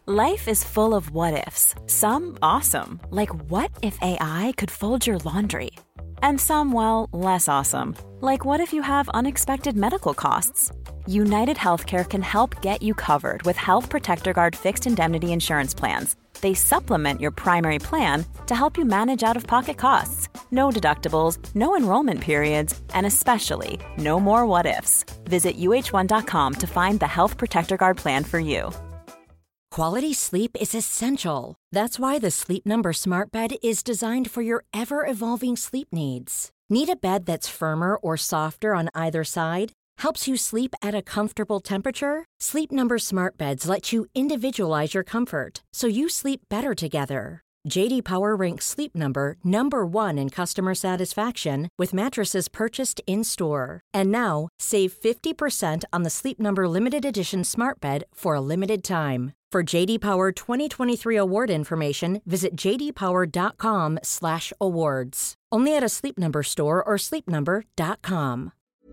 Life is full of what-ifs. Some awesome, like what if AI could fold your laundry? And some, well, less awesome, like what if you have unexpected medical costs? United Healthcare can help get you covered with Health Protector Guard fixed indemnity insurance plans. They supplement your primary plan to help you manage out-of-pocket costs. No deductibles, no enrollment periods, and especially no more what-ifs. Visit uh1.com to find the Health Protector Guard plan for you. Quality sleep is essential. That's why the Sleep Number Smart Bed is designed for your ever-evolving sleep needs. Need a bed that's firmer or softer on either side? Helps you sleep at a comfortable temperature? Sleep Number Smart Beds let you individualize your comfort so you sleep better together. J.D. Power ranks Sleep Number number 1 in customer satisfaction with mattresses purchased in-store. And now, save 50% on the Sleep Number Limited Edition Smart Bed for a limited time. For J.D. Power 2023 award information, visit jdpower.com/awards. Only at a Sleep Number store or sleepnumber.com.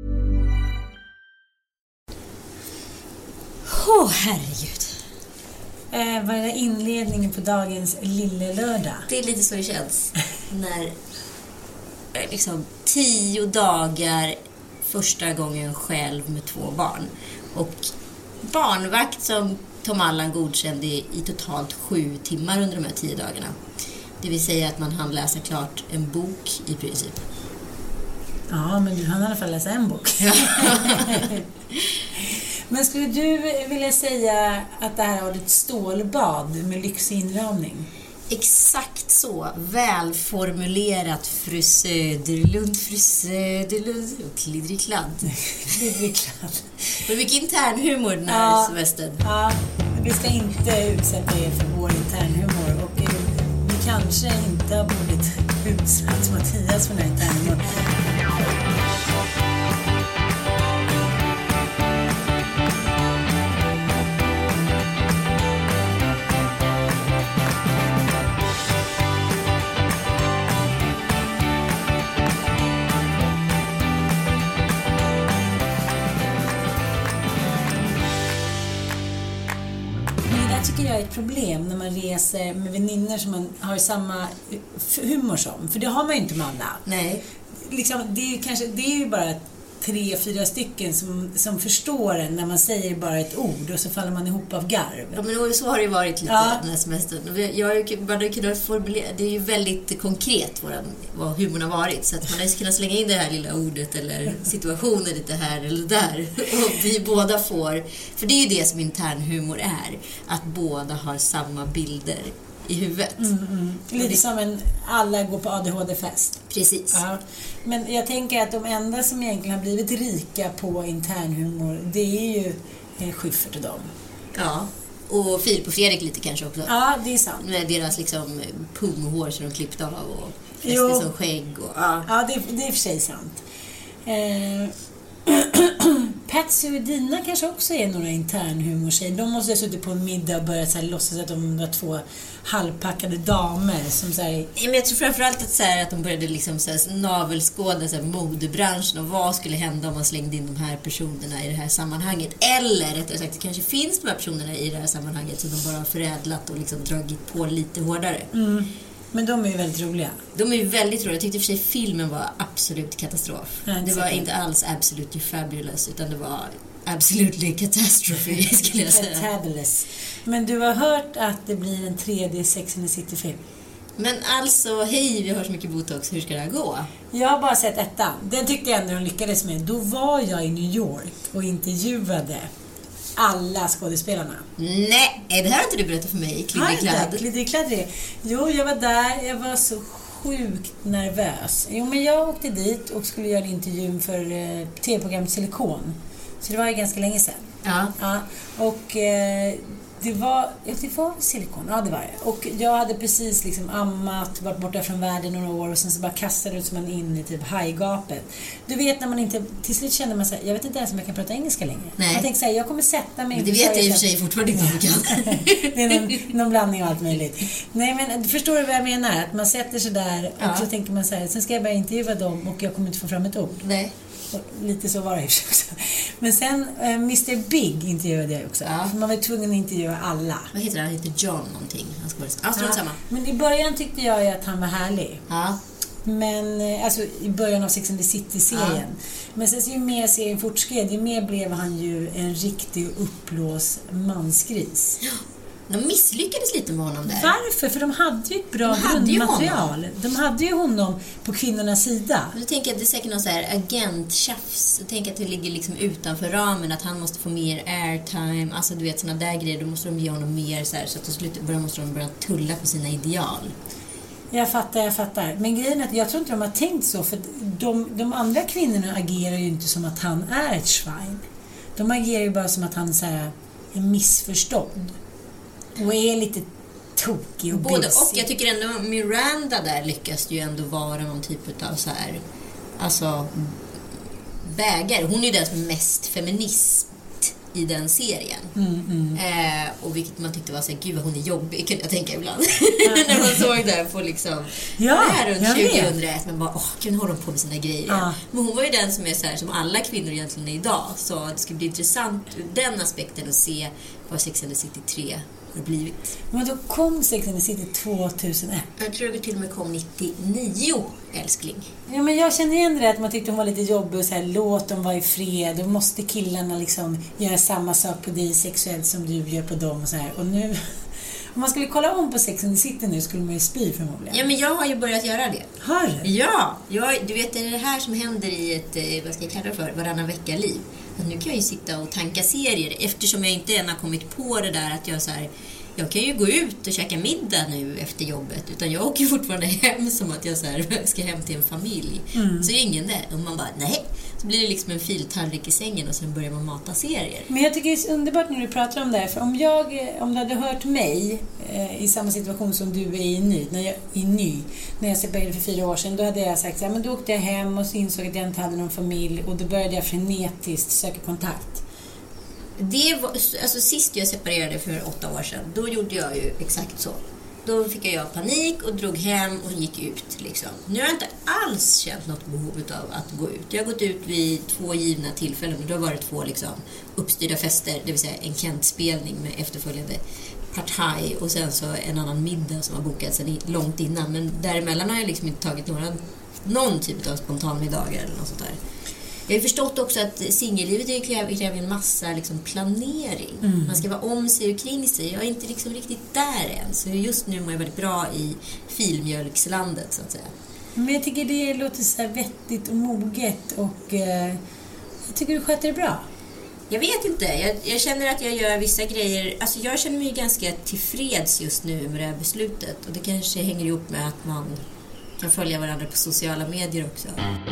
Herregud. Vad är inledningen på dagens lille lördag? Det är lite så det känns. När liksom 10 dagar första gången själv med 2 barn. Och barnvakt som Tom Allan godkände i totalt 7 timmar under de här 10 dagarna. Det vill säga att man hann läsa klart en bok i princip. Ja, men du hann i alla fall läsa en bok. Men skulle du vilja säga att det här har ett stålbad med lyxig inramning? Exakt så. Välformulerat fru Söderlund. Klidrikladd. Det är mycket internhumor den här semestern. Ja, vi ska inte utsätta er för vår internhumor. Och vi kanske inte borde utsätta Mattias för den här internhumor. Tycker jag är ett problem när man reser med vänner som man har samma humor som. För det har man ju inte med alla. Nej. Liksom, det är ju bara 3-4 stycken som förstår en när man säger bara ett ord och så faller man ihop av garv. Ja, men så har det ju varit lite den här semestern. Jag har ju bara kunnat formulera, det är ju väldigt konkret vad humorn har varit. Så att man har kunnat slänga in det här lilla ordet eller situationen lite här eller där. Och vi båda får, för det är ju det som internhumor är. Att båda har samma bilder i huvudet. Lite som alla går på ADHD-fest. Precis. Ja. Men jag tänker att de enda som egentligen har blivit rika på internhumor, det är ju Schyffert och dem. Ja, och Filip och Fredrik lite kanske också. Ja, det är sant. Med deras liksom punghår som de klippte av och fäste som skägg. Och, ja, det är för sig sant. Patsy och Dina kanske också är några internhumortjejer. De måste ha suttit på en middag och börjat så här, låtsas att de var 2 halvpackade damer som så här... Men jag tror framförallt att de började liksom så här, navelskåda så här, modebranschen och vad skulle hända om man slängde in de här personerna i det här sammanhanget. Eller rättare sagt, det kanske finns de här personerna i det här sammanhanget som de bara har förädlat och liksom dragit på lite hårdare. Men de är ju väldigt roliga. De är ju väldigt roliga. Jag tyckte i och för sig filmen var absolut katastrof. Det var inte alls absolutely fabulous, utan det var absolutely catastrophe, skulle jag säga. Fabulous. Men du har hört att det blir en 3D Sex and the City-film. Men alltså, hej, vi har så mycket botox. Hur ska det här gå? Jag har bara sett 1. Den tyckte jag ändå de lyckades med. Då var jag i New York och intervjuade alla skådespelarna. Nej, det här har inte du berättat för mig. Klidrikladd. Jo, jag var där. Jag var så sjukt nervös. Jo, men jag åkte dit och skulle göra en intervju för tv-programmet Silikon. Så det var ju ganska länge sedan. Ja. Och det var Silikon. Ja, det var det. Och jag hade precis liksom ammat, varit borta från världen några år och sen så bara kastade ut man in i typ hajgapet. Du vet när man inte, till slut kände man så här, jag vet inte ens om jag kan prata engelska längre. Nej. Jag tänkte så här, jag kommer sätta mig. Men det vet jag i och för sig fortfarande inte om du kan. Det är någon blandning av allt möjligt. Nej, men förstår du vad jag menar? Att man sätter sig där och så tänker man så här, sen ska jag börja intervjua dem och jag kommer inte få fram ett ord. Nej. Lite så var det också. Men sen Mr. Big intervjuade jag också. Ja. För man var tvungen att intervjua alla. Vad heter han? Han heter John någonting. Han ska vara samma. Men i början tyckte jag ju att han var härlig. Ja. Men, alltså i början av Sex and the City-serien. Ja. Men sen så ju mer serien fortskred, ju mer blev han ju en riktig uppblås mansgris. Ja. De misslyckades lite med honom där. Varför? För de hade ju ett bra grundmaterial. De hade ju honom på kvinnornas sida. Men jag tänker att det är säkert någon så här agenttjafs. Jag tänker att det ligger liksom utanför ramen, att han måste få mer airtime. Alltså du vet, såna där grejer. Då måste de ge honom mer så här, så att till slut måste de börja tulla på sina ideal. Jag fattar. Men grejen är att jag tror inte de har tänkt så. För de andra kvinnorna agerar ju inte som att han är ett svin. De agerar ju bara som att han så här, är missförstådd. Och är lite tokig och både busig. och. Jag tycker ändå Miranda där lyckas ju ändå vara någon typ av så här, alltså bägare. Hon är ju den som är mest feminist i den serien. Och vilket man tyckte var så här, gud vad hon är jobbig, kunde jag tänka ibland. När man såg där på liksom det här runt 2001, men bara, gud, håller de på med sina grejer. Ja. Men hon var ju den som är så här, som alla kvinnor egentligen är idag. Så det ska bli intressant ur den aspekten att se vad Sex and the City 3 har blivit. Men då kom Sex and the City 2001. Jag tror det till och med kom 99, älskling. Ja, men jag känner igen det att man tyckte hon var lite jobbig och så här, låt dem vara i fred. Då måste killarna liksom göra samma sak på dig sexuellt som du gör på dem och så här. Och nu, om man skulle kolla om på Sex and the City nu skulle man ju spy förmodligen. Ja, men jag har ju börjat göra det. Har du? Ja, du vet, det är det här som händer i ett, vad ska jag kalla det för, varannan vecka-liv. Att nu kan jag ju sitta och tanka serier, eftersom jag inte än har kommit på det där att jag så här, jag kan ju gå ut och käka middag nu efter jobbet, utan jag åker fortfarande hem som att jag så här, ska hem till en familj. Så är ingen där. Och man bara, nej. Så blir det liksom en filtallrik i sängen och sen börjar man mata serier. Men jag tycker det är så underbart när du pratar om det här. För om du hade hört mig i samma situation som du är i ny, när jag separerade för 4 år sedan, då hade jag sagt så här, men då åkte jag hem och så insåg att jag inte hade någon familj och då började jag frenetiskt söka kontakt. Det var, alltså sist jag separerade för 8 år sedan, då gjorde jag ju exakt så. Då fick jag panik och drog hem och gick ut liksom. Nu har jag inte alls känt något behov av att gå ut. Jag har gått ut vid 2 givna tillfällen, och då var det 2 liksom uppstyrda fester, det vill säga en Kent-spelning med efterföljande partaj och sen så en annan middag som har bokats långt innan. Men däremellan har jag liksom inte tagit någon typ av spontanmiddagar eller något sånt där. Jag har förstått också att singellivet kräver en massa liksom planering. Man ska vara om sig och kring sig. Jag är inte liksom riktigt där än. Så just nu mår jag väldigt bra i filmjölkslandet, så att säga. Men jag tycker det låter så här vettigt och moget. Och jag tycker du sköter det bra. Jag vet inte. Jag känner att jag gör vissa grejer. Alltså jag känner mig ganska tillfreds just nu med det här beslutet. Och det kanske hänger ihop med att man kan följa varandra på sociala medier också.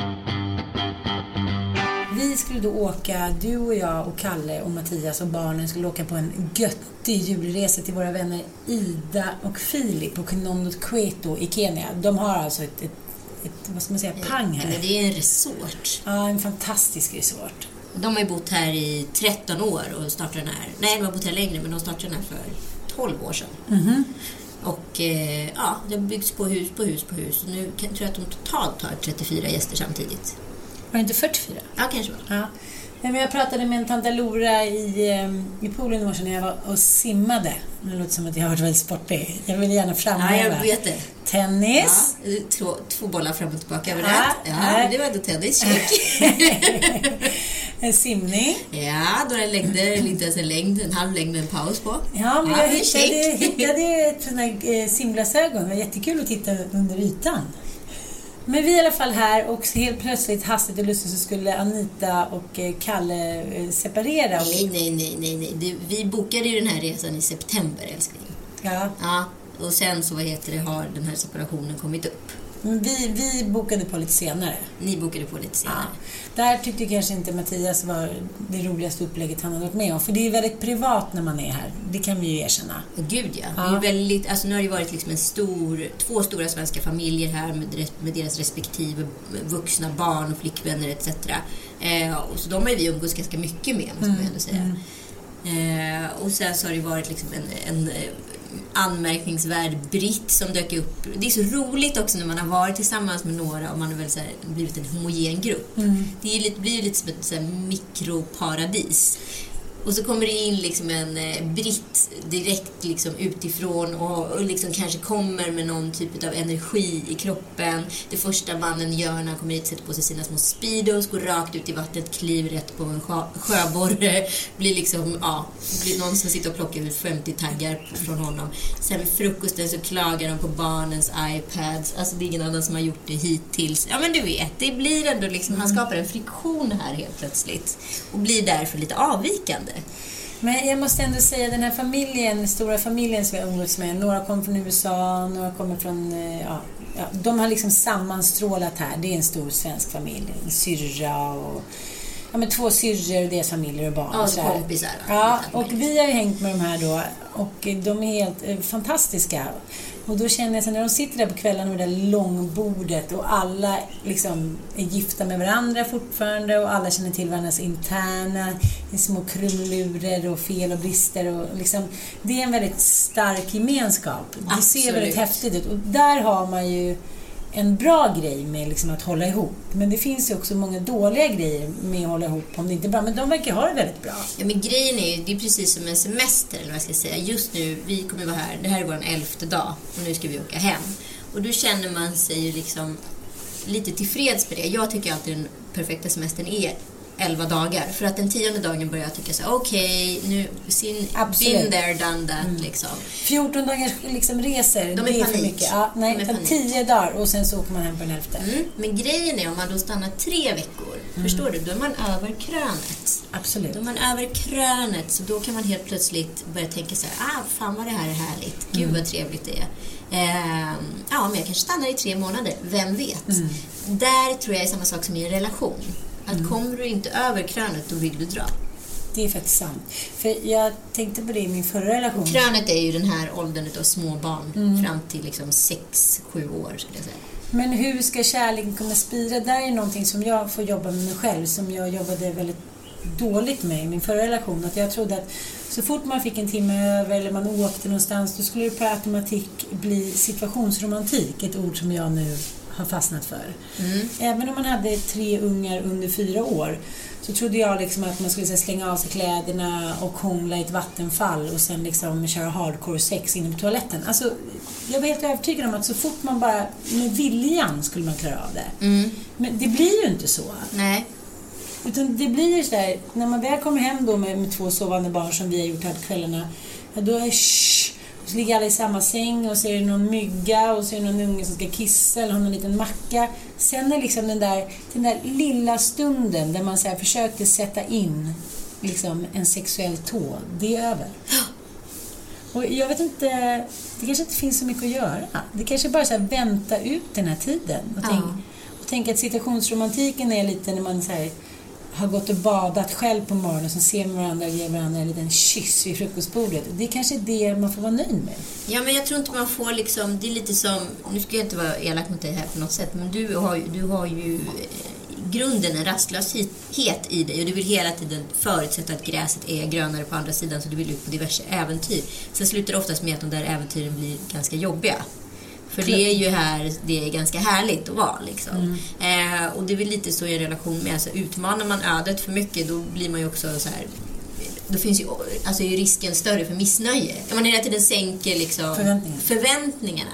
Vi skulle då åka, du och jag och Kalle och Mattias och barnen skulle åka på en göttig julresa till våra vänner Ida och Filip på Kinondokweto i Kenya. De har alltså ett vad ska man säga, pang här. Men det är en resort. Ja, en fantastisk resort. De har ju bott här i 13 år och startade den här. Nej, de har bott här längre, men de startade den här för 12 år sedan. Och ja, det byggs på hus på hus på hus. Och nu tror jag att de totalt har 34 gäster samtidigt. Var det inte 44? Ja, kanske var. Ja. Men jag pratade med en tanta Lora i poolen i morse när jag var och simmade. Det låter som att jag har varit väldigt sportig. Jag vill gärna framhäva. Ja, jag vet det. Tennis. Ja, 2 bollar fram och tillbaka över rätt. Ja, det var ändå tennis. Simning. Ja, några längder, inte ens en längd, en halv längd med en paus på. Ja, men jag hittade ett sånt här simglasögon. Det var jättekul att titta under ytan. Men vi är i alla fall här och helt plötsligt, hastigt och lustigt, så skulle Anita och Kalle separera. Nej. Vi bokade ju den här resan i september, älskling. Ja. Ja, och sen så har den här separationen kommit upp. Vi bokade på lite senare. Ni bokade på lite senare. Ja. Där tyckte kanske inte Mattias var det roligaste upplägget han hade varit med om. För det är väldigt privat när man är här. Det kan vi ju erkänna. Gud ja. Det är väldigt, alltså nu har det varit liksom 2 stora svenska familjer här med deras respektive vuxna barn och flickvänner etc. Och så de har vi umgås ganska mycket med, måste man ändå säga. Och sen så har det varit liksom en anmärkningsvärd britt som dök upp. Det är så roligt också när man har varit tillsammans med några och man har väl så här blivit en homogen grupp. Det är blir lite som ett så här mikroparadis. Och så kommer det in liksom en britt direkt liksom utifrån och liksom kanske kommer med någon typ av energi i kroppen. Det första mannen gör när han kommer hit, sätter på sig sina små speedos, går rakt ut i vattnet, kliver rätt på en sjöborre, blir liksom, blir någon som sitter och plockar ut 50 taggar från honom. Sen vid frukosten så klagar de på barnens iPads. Alltså det är ingen annan som har gjort det hittills. Ja men du vet, det blir ändå liksom, han skapar en friktion här helt plötsligt och blir därför lite avvikande. Men jag måste ändå säga, den här familjen, den stora familjen som jag umgås med, några kommer från USA, några kommer från, de har liksom sammanstrålat här. Det är en stor svensk familj, en syrra och men 2 syrror och deras familjer och barn. Ja, och kompisar. Ja, och vi har ju hängt med de här då och de är helt fantastiska. Och då känner jag så när de sitter där på kvällen med det där långbordet och alla liksom är gifta med varandra fortfarande och alla känner till varandras interna små krumlurer och fel och brister och liksom, det är en väldigt stark gemenskap. Det ser väldigt häftigt ut och där har man ju en bra grej med liksom att hålla ihop. Men det finns ju också många dåliga grejer med att hålla ihop om det inte är bra. Men de verkar ha det väldigt bra. Ja, men grejen är ju, det är precis som en semester eller vad jag ska säga. Just nu, vi kommer vara här, det här är vår 11:e dag och nu ska vi åka hem. Och då känner man sig ju liksom lite tillfreds med det. Jag tycker alltid den perfekta semestern är 11 dagar. För att den 10:e dagen börjar jag tycka så okej, nu been there, done that liksom. 14 dagars liksom resor, de det är för mycket. Ja, nej, 10 dagar och sen så åker man hem på den 11:e. Men grejen är om man då stannar 3 veckor, förstår du, då är man över krönet. Absolut. Då är man över krönet, så då kan man helt plötsligt börja tänka så här, fan vad det här är härligt. Gud vad trevligt det är. Men jag kanske stannar i 3 månader, vem vet. Där tror jag är samma sak som i en relation. Att kommer du inte över krönet, då vill du dra. Det är faktiskt sant. För jag tänkte på det i min förra relation. Krönet är ju den här åldern av små barn fram till liksom 6-7 år skulle jag säga. Men hur ska kärleken kunna spira? Där är någonting som jag får jobba med mig själv, som jag jobbade väldigt dåligt med i min förra relation. Att jag trodde att så fort man fick en timme över eller man åkte någonstans, då skulle det per automatik bli situationsromantik, ett ord som jag nu har fastnat för. Även om man hade 3 ungar under 4 år så trodde jag liksom att man skulle slänga av sig kläderna och hångla i ett vattenfall och sen liksom köra hardcore sex inne på toaletten. Alltså, jag var helt övertygad om att så fort man bara med viljan skulle man klara av det. Men det blir ju inte så. Nej. Utan det blir ju så där, när man väl kommer hem då med 2 sovande barn som vi har gjort här på kvällarna, då är och så ligger alla i samma säng och så är det någon mygga och så är det någon unge som ska kissa eller har någon liten macka. Sen är liksom den där lilla stunden där man så här försökte sätta in liksom en sexuell tå, det är över. Och jag vet inte, det kanske inte finns så mycket att göra. Det kanske bara så här vänta ut den här tiden och tänka att situationsromantiken är lite när man så här har gått och badat själv på morgonen och så ser man varandra och ger varandra en liten kyss vid frukostbordet. Det är kanske det man får vara nöjd med. Ja, men jag tror inte man får liksom, det är lite som, nu ska jag inte vara elak mot dig här på något sätt, men du har ju grunden en rastlöshet i dig och du vill hela tiden förutsätta att gräset är grönare på andra sidan, så du vill ut på diverse äventyr. Sen slutar det oftast med att de där äventyren blir ganska jobbiga. För det är ju här, det är ganska härligt att vara liksom. Och det är väl lite så i en relation med, alltså utmanar man ödet för mycket, då blir man ju också så här, då finns ju, alltså är ju risken större för missnöje. Om man hela tiden sänker liksom förväntningarna.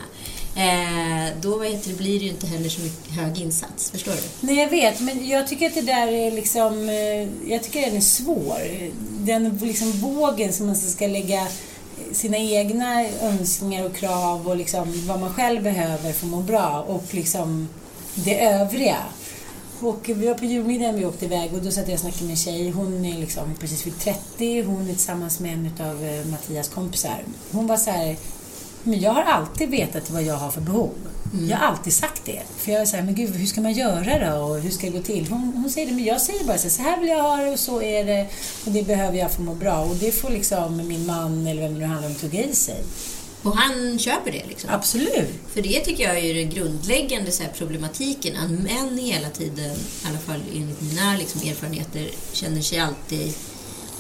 Då blir det ju inte heller så mycket hög insats, förstår du? Nej, jag vet, men jag tycker att det där är liksom, jag tycker den är svår. Den liksom vågen som man ska lägga sina egna önskningar och krav och liksom vad man själv behöver för att må bra och liksom det övriga. Och vi var på julmiddagen, vi åkte iväg och då satt jag och snackade med en tjej. Hon är liksom precis vid 30, hon är tillsammans med en av Mattias kompisar. Hon var så här, men jag har alltid vetat vad jag har för behov. Jag har alltid sagt det. För jag är så här, men gud, hur ska man göra då? Och hur ska det gå till? Hon säger det, men jag säger bara så här vill jag ha det och så är det. Och det behöver jag för att må bra. Och det får liksom min man eller vem det nu handlar om tugga i sig. Och han köper det liksom? Absolut. För det tycker jag är den grundläggande så här, problematiken. Att män hela tiden, i alla fall enligt mina liksom, erfarenheter, känner sig alltid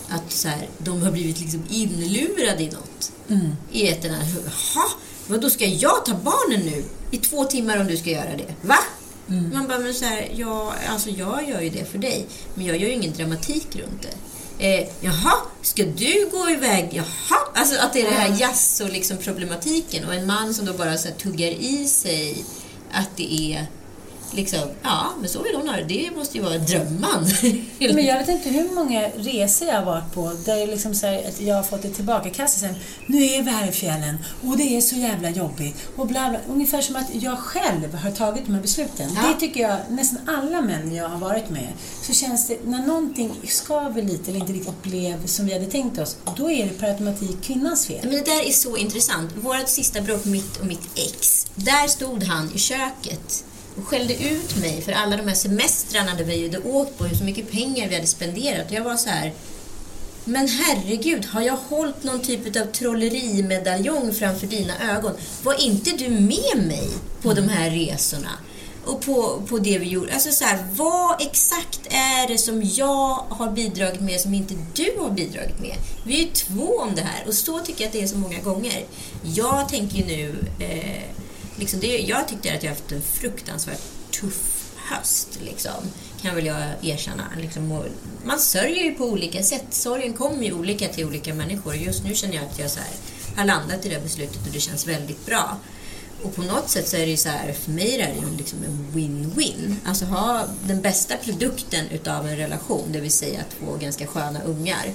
att så här, de har blivit liksom inlurade i något. I ett den här, vad då ska jag ta barnen nu i 2 timmar om du ska göra det? Va? Man bara, men så här, alltså jag gör ju det för dig, men jag gör ju ingen dramatik runt det. Jaha, ska du gå iväg? Jaha, alltså att det är det här jazz och liksom problematiken, och en man som då bara så här tuggar i sig att det är liksom, men så vill hon ha det. Det måste ju vara drömman. Men jag vet inte hur många resor jag har varit på där jag liksom säger att jag har fått det tillbaka kastat sen. Nu är vi här i fjällen och det är så jävla jobbigt och bla bla. Ungefär som att jag själv har tagit de här besluten. Ja. Det tycker jag, nästan alla män jag har varit med, så känns det, när någonting skaver lite eller inte riktigt blev som vi hade tänkt oss, då är det per automatik kvinnans fel. Men det där är så intressant. Vårt sista bråk, mitt och mitt ex, där stod han i köket och skällde ut mig för alla de här semestrarna där vi hade åkt på, hur så mycket pengar vi hade spenderat. Och jag var så här, men herregud, har jag hållit någon typ av trollerimedaljong framför dina ögon? Var inte du med mig på de här resorna? Och på det vi gjorde. Alltså så här, vad exakt är det som jag har bidragit med som inte du har bidragit med? Vi är ju 2 om det här. Och så tycker jag att det är så många gånger. Jag tänker ju nu... liksom jag tyckte att jag haft en fruktansvärt tuff höst liksom, kan väl jag erkänna liksom, man sörjer ju på olika sätt. Sorgen kommer ju olika till olika människor. Just nu känner jag att jag så här, har landat i det beslutet och det känns väldigt bra. Och på något sätt så är det ju så här, för mig är det ju liksom en win-win. Alltså ha den bästa produkten utav en relation, det vill säga att få ganska sköna ungar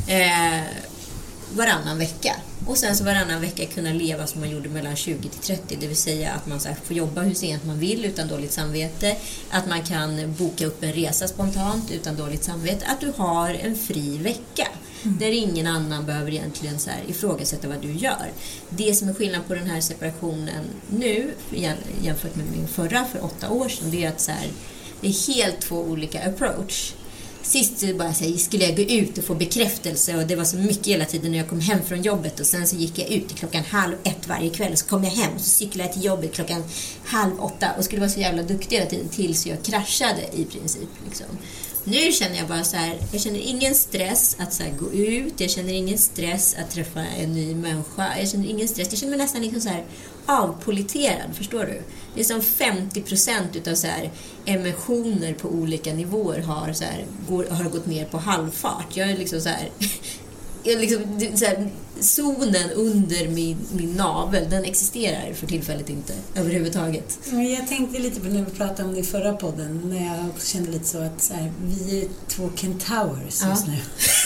varannan vecka. Och sen så varannan vecka kunna leva som man gjorde mellan 20 till 30. Det vill säga att man så här får jobba hur sent man vill utan dåligt samvete. Att man kan boka upp en resa spontant utan dåligt samvete. Att du har en fri vecka. Där ingen annan behöver egentligen så här ifrågasätta vad du gör. Det som är skillnad på den här separationen nu jämfört med min förra för 8 år sedan, det är att så här, det är helt 2 olika approach. Sist bara så här, skulle jag gå ut och få bekräftelse, och det var så mycket hela tiden när jag kom hem från jobbet, och sen så gick jag ut 7:30 varje kväll, och så kom jag hem och så cyklade jag till jobbet 7:30 och skulle vara så jävla duktig hela tiden tills jag kraschade i princip liksom. Nu känner jag bara så här, jag känner ingen stress att så här gå ut, jag känner ingen stress att träffa en ny människa, jag känner ingen stress, jag känner mig nästan liksom så här avpoliterad, förstår du? Det är som 50% utav så här emotioner på olika nivåer har gått ner på halvfart. Jag är liksom så här, så här, zonen under min navel, den existerar för tillfället inte överhuvudtaget. Jag tänkte lite på när vi pratade om det i förra podden, när jag också kände lite så att så här, vi är 2 kentaurer just nu.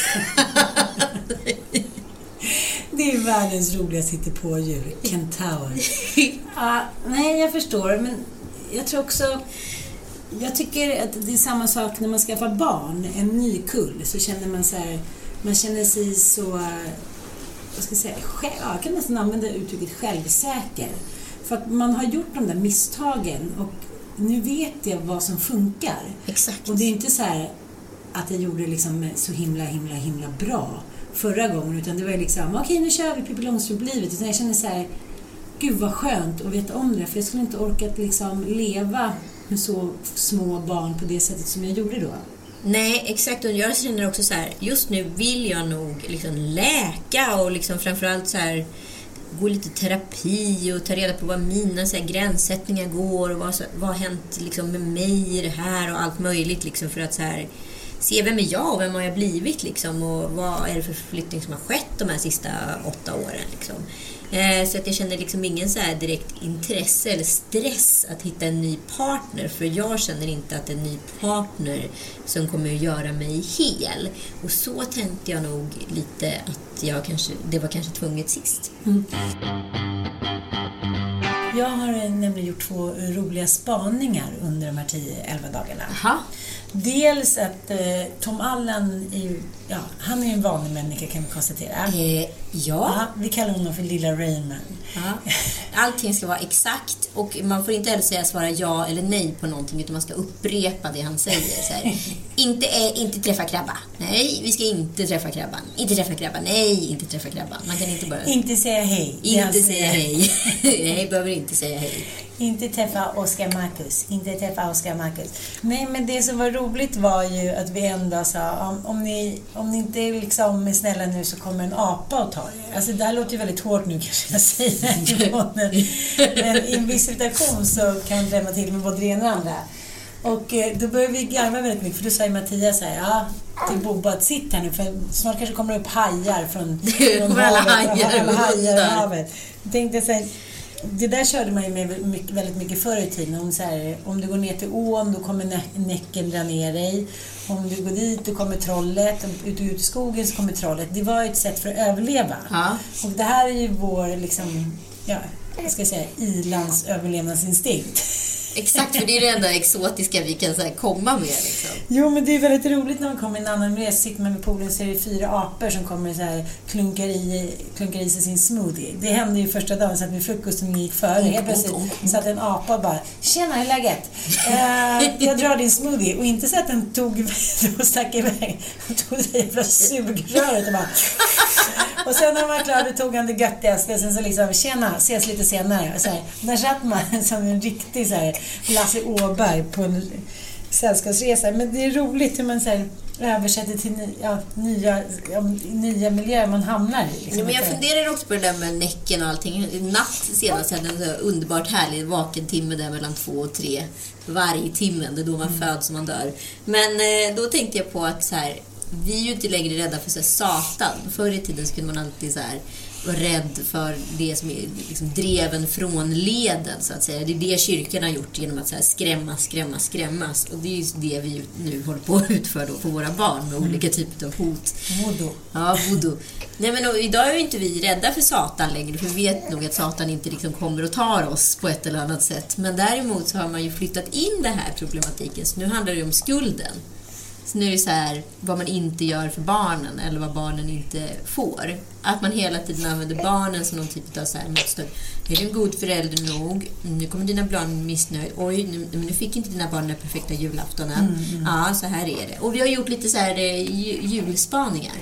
Det är världens roligaste hittepådjur, kentaur. Nej, jag förstår, men jag tror också, jag tycker att det är samma sak när man skaffar barn, en ny kull, så känner man så här, man känner sig så, vad ska jag säga, jag kan nästan använda uttrycket självsäker. För att man har gjort de där misstagen och nu vet jag vad som funkar. Exakt. Och det är inte så här att jag gjorde liksom så himla bra förra gången, utan det var liksom, okej, nu kör vi Pippi Långstrump-livet. Utan jag känner så här, gud vad skönt att veta om det, för jag skulle inte orkat liksom leva med så små barn på det sättet som jag gjorde då. Nej, exakt. Och jag känner också så här, just nu vill jag nog liksom läka och liksom framförallt så här gå lite terapi och ta reda på vad mina så här gränssättningar går och vad har hänt liksom med mig i det här och allt möjligt liksom, för att så här se vem är jag och vem har jag blivit liksom, och vad är det för flyttning som har skett de här sista 8 åren liksom. Så att jag känner liksom ingen så här direkt intresse eller stress att hitta en ny partner, för jag känner inte att en ny partner som kommer att göra mig hel. Och så tänkte jag nog lite att det var kanske tvunget sist. Jag har nämligen gjort 2 roliga spaningar under de här 10-11 dagarna. Aha. Dels att Tom Allen han är ju en vanlig människa, kan vi konstatera. Ja, vi kallar honom för Lilla Raymond. Allting ska vara exakt, och man får inte heller svara ja eller nej på någonting, utan man ska upprepa det han säger. Så här, inte träffa krabba. Nej, vi ska inte träffa krabban. Inte träffa krabban. Nej, inte träffa krabban. Man kan inte bara... Inte säga hej. Inte säga hej. Nej, behöver inte säga hej. Inte träffa Oscar Marcus. Nej, men det som var roligt var ju att vi ändå sa, om ni inte liksom är snälla nu så kommer en apa att ta er. Alltså det här låter ju väldigt hårt nu kanske jag säger. Men i en viss situation så kan man drämma till med både det ena och andra. Och då började vi garva väldigt mycket, för då sa Mattias så här, till Bobo att sitta här nu, för snart kanske kommer det upp hajar från hajar i havet. Jag tänkte så här, det där körde man ju med väldigt mycket förr i tiden. Om du går ner till ån, då kommer näcken dra ner dig. Om du går dit, då kommer trollet. Ut i skogen så kommer trollet. Det var ett sätt för att överleva. Ja. Och det här är ju vår liksom, ilands överlevnadsinstinkt. Exakt, för det är det enda exotiska vi kan så här, komma med. Liksom. Jo, men det är väldigt roligt när man kommer i en annan miljö. Sitter man vid poolen så är det 4 apor som kommer så här, klunkar i sig sin smoothie. Det hände ju första dagen, så att vid frukosten gick före. Helt plötsligt satt en apa och bara, tjena, hur är läget? Jag drar din smoothie. Och inte så att den tog och stack iväg. Den tog det jävla sugröret och bara... Och sen när man var klar, då tog han det göttigaste. Sen så liksom, tjena, ses lite senare. Och så här, där satt man som en riktig så här, Lasse Åberg på en sällskapsresa. Men det är roligt hur man så här, översätter till nya miljöer man hamnar i. Liksom. Ja, men jag funderar också på det där med näcken och allting. Natt senast hade en så underbart härlig vaken timme där mellan 2 och 3 varje timme. Det är då man föds och man dör. Men då tänkte jag på att så här, vi är ju inte längre rädda för så här, Satan. Förr i tiden så kunde man alltid så här, vara rädd för det som är liksom dreven från leden, så att säga. Det är det kyrkan har gjort genom att så här, skrämmas. Och det är ju det vi nu håller på att utföra då på våra barn med olika typer av hot. Voodoo. Ja, voodoo. Nej, men idag är ju inte vi rädda för Satan längre, för vi vet nog att Satan inte liksom kommer och tar oss på ett eller annat sätt. Men däremot så har man ju flyttat in det här problematiken, så nu handlar det om skulden. Så nu är det så här, vad man inte gör för barnen eller vad barnen inte får. Att man hela tiden använder barnen som någon typ av så här motstånd. Är du en god förälder nog? Nu kommer dina barn missnöjd. Oj, nu fick inte dina barn den perfekta julaftonen. Ja, så här är det. Och vi har gjort lite så här julspaningar.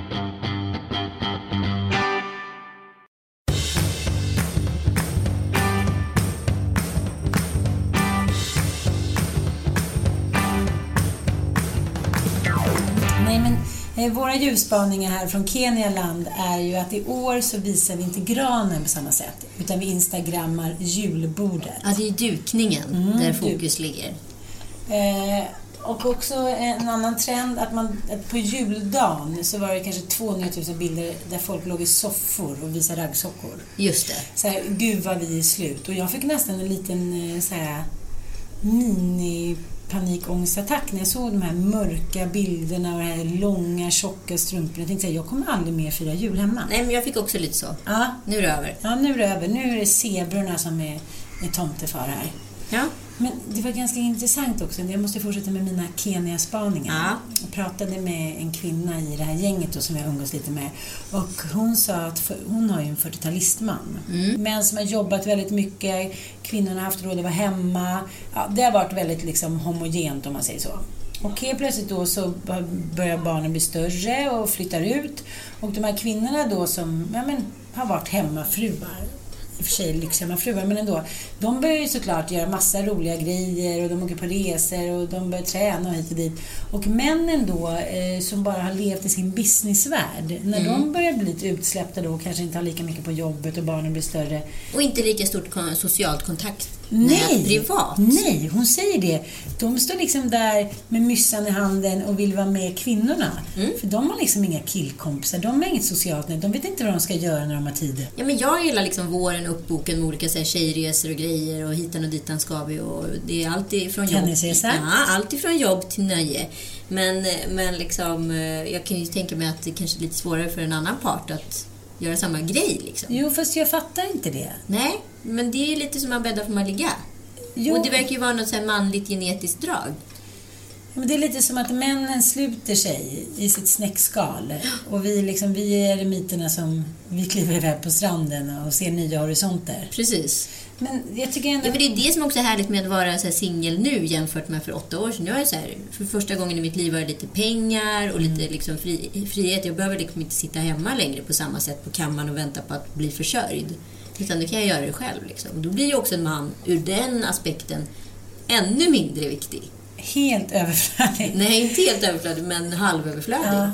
Våra julspaningar här från Kenialand är ju att i år så visar vi inte granen på samma sätt, utan vi instagrammar julbordet. Ja, det är dukningen där fokus ligger. Och också en annan trend att på juldagen så var det kanske 200 000 bilder där folk låg i soffor och visade raggsockor. Just det. Så här, gud vad vi är slut. Och jag fick nästan en liten så här panikångestattack när jag såg de här mörka bilderna och de här långa, tjocka strumporna. Jag tänkte att jag kommer aldrig mer fira jul hemma. Nej, men jag fick också lite så. Ja. Nu är det över. Ja, nu är det över. Nu är det zebrorna som är tomtefar här. Ja. Men det var ganska intressant också. Jag måste fortsätta med mina Kenya-spaningar. Ja. Jag pratade med en kvinna i det här gänget då, som jag umgås lite med. Och hon sa att hon har ju en 40-talistman. Män som har jobbat väldigt mycket. Kvinnorna har haft råd att vara hemma. Ja, det har varit väldigt liksom homogent, om man säger så. Och helt plötsligt då så börjar barnen bli större och flyttar ut. Och de här kvinnorna då som har varit hemmafruar, i och för sig lyxiga fruar, men ändå, de börjar ju såklart göra massa roliga grejer och de åker på resor och de börjar träna och hit och dit. Och männen då som bara har levt i sin businessvärld, när de börjar bli lite utsläppta då och kanske inte har lika mycket på jobbet och barnen blir större. Och inte lika stort socialt kontakt. Nej, privat. Nej, hon säger det. De står liksom där med myssan i handen och vill vara med kvinnorna. För de har liksom inga killkompisar. De har inget socialt nät. De vet inte vad de ska göra när de har tid. Ja, men jag gillar liksom våren uppboken med olika så här, tjejresor och grejer och hitan och ditan ska vi. Och det är alltid från jobb. Alltid från jobb till nöje. Men liksom, jag kan ju tänka mig att det kanske är lite svårare för en annan part att göra samma grej liksom. Jo, fast jag fattar inte det. Nej, men det är ju lite som man bäddar för man ligga. Jo. Och det verkar ju vara något så här manligt genetiskt drag. Men det är lite som att männen sluter sig i sitt snäckskal. Och vi är eremiterna som vi kliver iväg på stranden och ser nya horisonter. Precis. Men jag tycker ändå... Ja, men det är det som också är härligt med att vara så här singel nu jämfört med för 8 år sedan. Jag är så här, för första gången i mitt liv har jag lite pengar och lite liksom frihet. Jag behöver liksom inte sitta hemma längre på samma sätt på kammaren och vänta på att bli försörjd. titta, nu kan jag göra det själv liksom. Då blir ju också en man ur den aspekten ännu mindre viktig. Helt överflödig. Nej, inte helt överflödig, men halvöverflödig. Ja,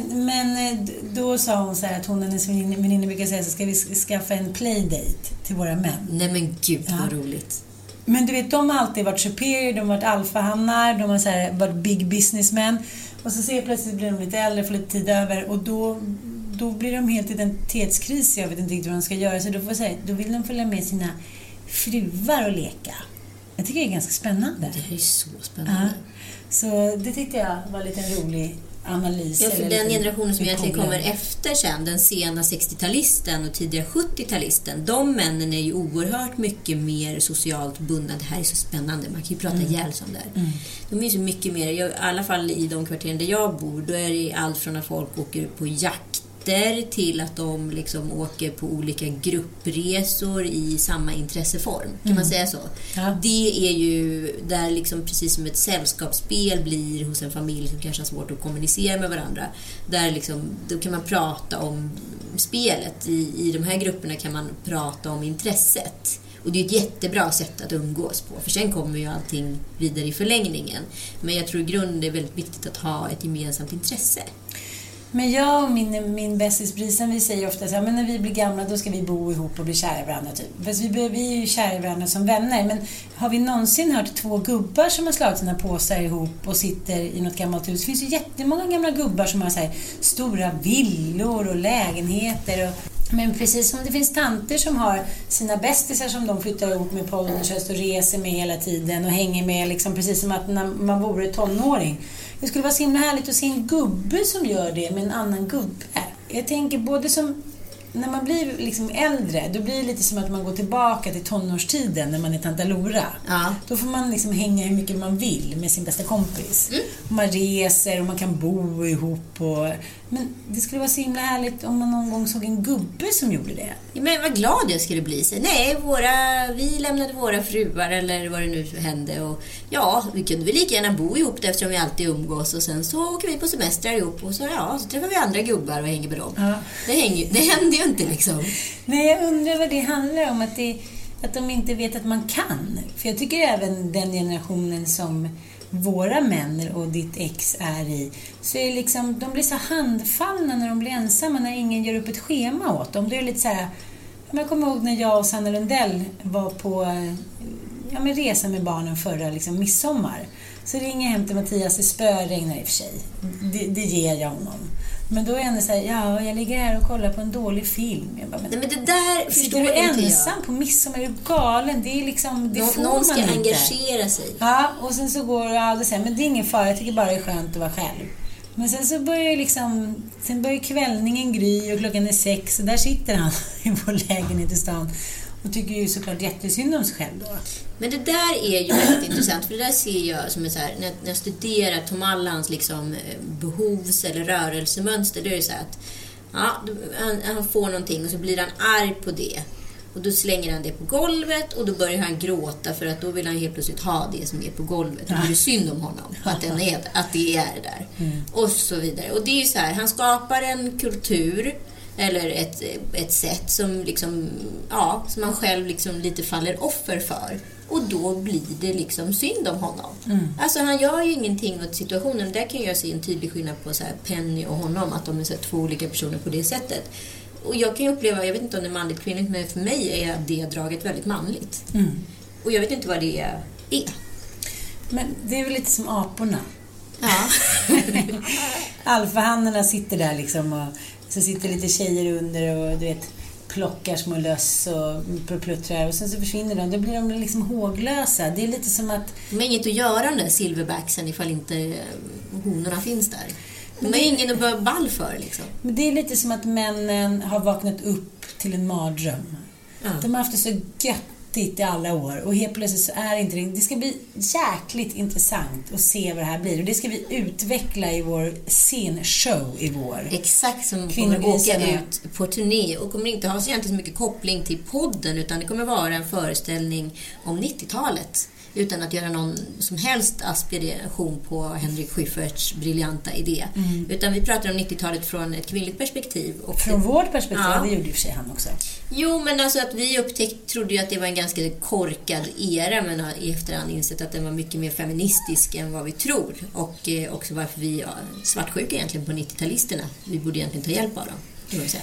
men då sa hon så här att hon och hennes väninna brukar säga så ska vi skaffa en playdate till våra män. Nej men gud, vad roligt. Men du vet, de har alltid varit superior, de har varit alfahannar, de har så här, varit big businessmen. Och så ser plötsligt blir de lite äldre, får lite tid över. Och då blir de helt identitetskris. Jag vet inte riktigt vad de ska göra. Så då vill de följa med sina fruar och leka. Jag tycker det är ganska spännande. Det är så spännande. Så det tyckte jag var lite en rolig analys. Ja, för den generationen som egentligen kommer efter sen, den sena 60-talisten och tidiga 70-talisten, de männen är ju oerhört mycket mer socialt bundna. Det här är så spännande, man kan ju prata ihjäl som där. De är ju så mycket mer, i alla fall i de kvarteren där jag bor, då är det allt från att folk åker på jakt till att de liksom åker på olika gruppresor i samma intresseform. Kan man säga så? Ja. Det är ju där liksom precis som ett sällskapsspel blir hos en familj som kanske har svårt att kommunicera med varandra. Där liksom, då kan man prata om spelet. I de här grupperna kan man prata om intresset. Och det är ett jättebra sätt att umgås på. För sen kommer ju allting vidare i förlängningen. Men jag tror i grunden är väldigt viktigt att ha ett gemensamt intresse. Men jag och min bästis Brisen, vi säger ofta så här, men när vi blir gamla då ska vi bo ihop och bli kära i varandra typ. Fast vi är ju kära i varandra som vänner, men har vi någonsin hört 2 gubbar som har slagit sina påsar ihop och sitter i något gammalt hus? Det finns ju jättemånga gamla gubbar som har så här stora villor och lägenheter men precis som det finns tanter som har sina bästisar som de flyttar ihop med på ålderns höst och reser med hela tiden och hänger med liksom precis som att när man vore tonåring. Det skulle vara så himla härligt att se en gubbe som gör det med en annan gubbe. Jag tänker både som när man blir liksom äldre, då blir det lite som att man går tillbaka till tonårstiden när man är tanta Lora. Ja. Då får man liksom hänga hur mycket man vill med sin bästa kompis. Och man reser och man kan bo ihop. Men det skulle vara så himla härligt om man någon gång såg en gubbe som gjorde det. Ja, men vad glad jag skulle bli. Så, nej, vi lämnade våra fruar eller vad det nu hände. Och ja, vi kunde väl lika gärna bo ihop det eftersom vi alltid umgås. Och sen så åker vi på semester ihop och så träffar vi andra gubbar och hänger med dem. Ja. Det händer ju inte liksom. Nej, jag undrar vad det handlar om. Att de inte vet att man kan. För jag tycker även den generationen som våra män och ditt ex är i, så är liksom, de blir så handfallna när de blir ensamma, när ingen gör upp ett schema åt dem. Det är lite så här, jag kommer ihåg när jag och Sanna Lundell var på resa med barnen förra liksom, midsommar. Så ringer jag hem till Mattias, det spöregnar i och för sig. Det ger jag honom. Men då är han så här, jag ligger här och kollar på en dålig film. Jag bara, men det där förstår du ensam på midsommar, är du galen? Det är liksom, det får någon ska man inte engagera sig. Ja, och sen så går det säger, men det är ingen fara, jag tycker bara det är skönt att vara själv. Men sen så börjar kvällningen gry och klockan är 6 och där sitter han i vår lägenhet i stan och tycker ju såklart jättesynd om sig själv då. Men det där är ju väldigt intressant, för det där ser jag som är så här, när jag studerar Tom Allans liksom behovs- eller rörelsemönster, det är ju så här att han får någonting och så blir han arg på det. Och då slänger han det på golvet och då börjar han gråta för att då vill han helt plötsligt ha det som är på golvet. Och då är det synd om honom på att det är där. Och så vidare. Och det är ju så här, han skapar en kultur eller ett sätt som liksom, som man själv liksom lite faller offer för. Och då blir det liksom synd om honom. Alltså han gör ju ingenting åt situationen. Där kan jag se en tydlig skillnad på så här Penny och honom, att de är så här 2 olika personer på det sättet. Och jag kan ju uppleva, jag vet inte om det är manligt kvinnligt, men för mig är det draget väldigt manligt. Och jag vet inte vad det är. Men det är väl lite som aporna. Ja. Alfahannarna sitter där liksom och så sitter lite tjejer under och du vet plockar små löss och pluttrar och sen så försvinner de. Då blir de liksom håglösa. Det är lite som att de har inget att göra den där silverbacksen ifall inte honorna finns där. De har ingen att börja ball för liksom. Men det är lite som att männen har vaknat upp till en mardröm. Ja. De har haft det så göttigt i alla år och helt plötsligt så är inte det. Det ska bli jäkligt intressant att se vad det här blir och det ska vi utveckla i vår scenshow i vår. Exakt, som kommer åka ut på turné och kommer inte ha så egentligen så mycket koppling till podden, utan det kommer vara en föreställning om 90-talet. utan att göra någon som helst aspiration på Henrik Schyfferts briljanta idé. Utan vi pratar om 90-talet från ett kvinnligt perspektiv. Och från vårt perspektiv, det gjorde ju för sig han också. Jo, men alltså att vi trodde ju att det var en ganska korkad era, men har i efterhand insett att den var mycket mer feministisk än vad vi tror. Och också varför vi är svartsjuka egentligen på 90-talisterna. Vi borde egentligen ta hjälp av dem, kan man säga.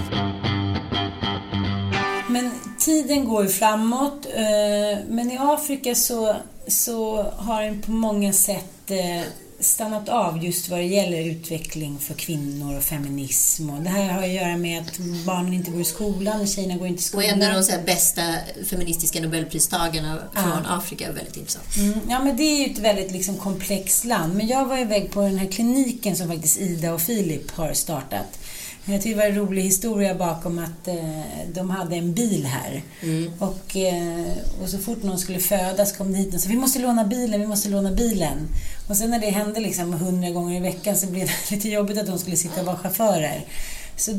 Men tiden går ju framåt, men i Afrika så har den på många sätt stannat av just vad det gäller utveckling för kvinnor och feminism. Och det här har att göra med att barnen inte går i skolan och tjejerna går inte i skolan. Och en av de så här bästa feministiska nobelpristagarna från Afrika är väldigt intressant. Ja, men det är ju ett väldigt liksom komplext land. Men jag var iväg på den här kliniken som faktiskt Ida och Filip har startat. Jag tycker det var en rolig historia bakom att de hade en bil här. Och så fort någon skulle födas kom dit och sa vi måste låna bilen. Och sen när det hände liksom 100 gånger i veckan så blev det lite jobbigt att de skulle sitta och vara chaufförer. Så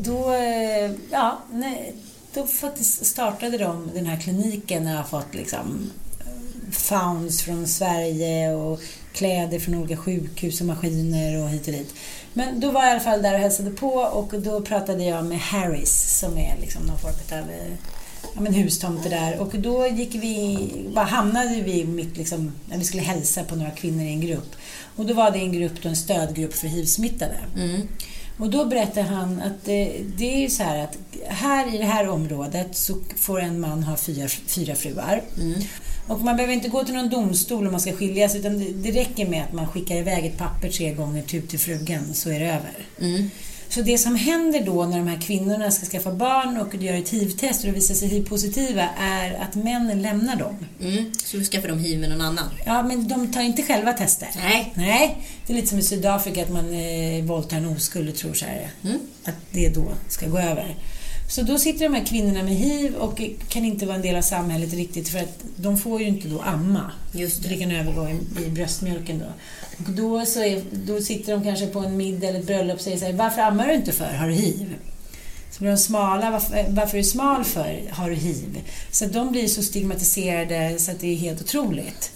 då faktiskt startade de den här kliniken och har fått liksom founds från Sverige och kläder från olika sjukhus och maskiner och hit och dit. Men då var jag i alla fall där och hälsade på och då pratade jag med Harris som är liksom någon form av hustomte där och då hamnade vi mitt liksom, när vi skulle hälsa på några kvinnor i en grupp och då var det en grupp, en stödgrupp för HIV-smittade. Och då berättade han att det är ju så här att här i det här området så får en man ha fyra fruar. Och man behöver inte gå till någon domstol om man ska skiljas utan det räcker med att man skickar iväg ett papper 3 gånger typ till frugan så är det över. Så det som händer då när de här kvinnorna ska skaffa barn och gör ett HIV-test och det visar sig HIV-positiva är att männen lämnar dem. Så skaffar de HIV med någon annan? Ja, men de tar inte själva tester. Nej. Det är lite som i Sydafrika att man våldtar en oskuld och tror så här att det då ska gå över. Så då sitter de här kvinnorna med HIV och kan inte vara en del av samhället riktigt för att de får ju inte då amma. Just det kan övergå i bröstmjölken då. Och då sitter de kanske på en middag eller ett bröllop och säger så här, varför ammar du inte för? Har du HIV? Så blir de smala, varför är du smal för? Har du HIV? Så de blir så stigmatiserade så att det är helt otroligt.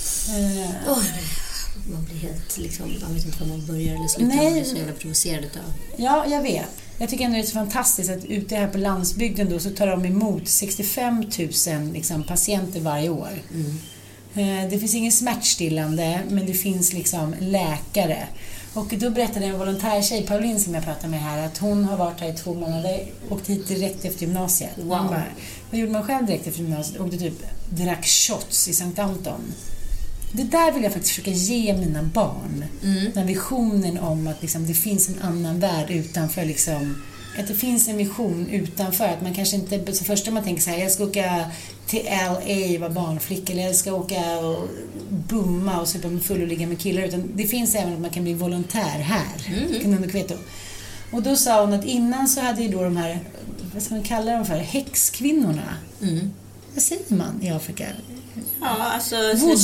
Man blir helt liksom, man vet inte var man börjar eller slutar. Man är så jävla provocerad av. Ja, jag vet. Jag tycker ändå det är så fantastiskt att ute här på landsbygden då så tar de emot 65 000 liksom, patienter varje år. Det finns ingen smärtstillande men det finns liksom läkare. Och då berättade en volontärtjej, Pauline som jag pratade med här, att hon har varit här i 2 månader och åkt hit direkt efter gymnasiet. Wow. Vad gjorde man själv direkt efter gymnasiet? Åkte typ drack shots i Sankt Anton. Det där vill jag faktiskt försöka ge mina barn. Den visionen om att liksom, det finns en annan värld utanför. Liksom, att det finns en vision utanför. Att man kanske inte, så första man tänker så här, jag ska åka till LA, vara barnflicka. Eller jag ska åka och bumma och supa med full och ligga med killar. Utan det finns även att man kan bli volontär här. Och då sa hon att innan så hade ju då de här, vad ska man kalla dem för, häxkvinnorna. Vad säger man i Afrika? Ja, alltså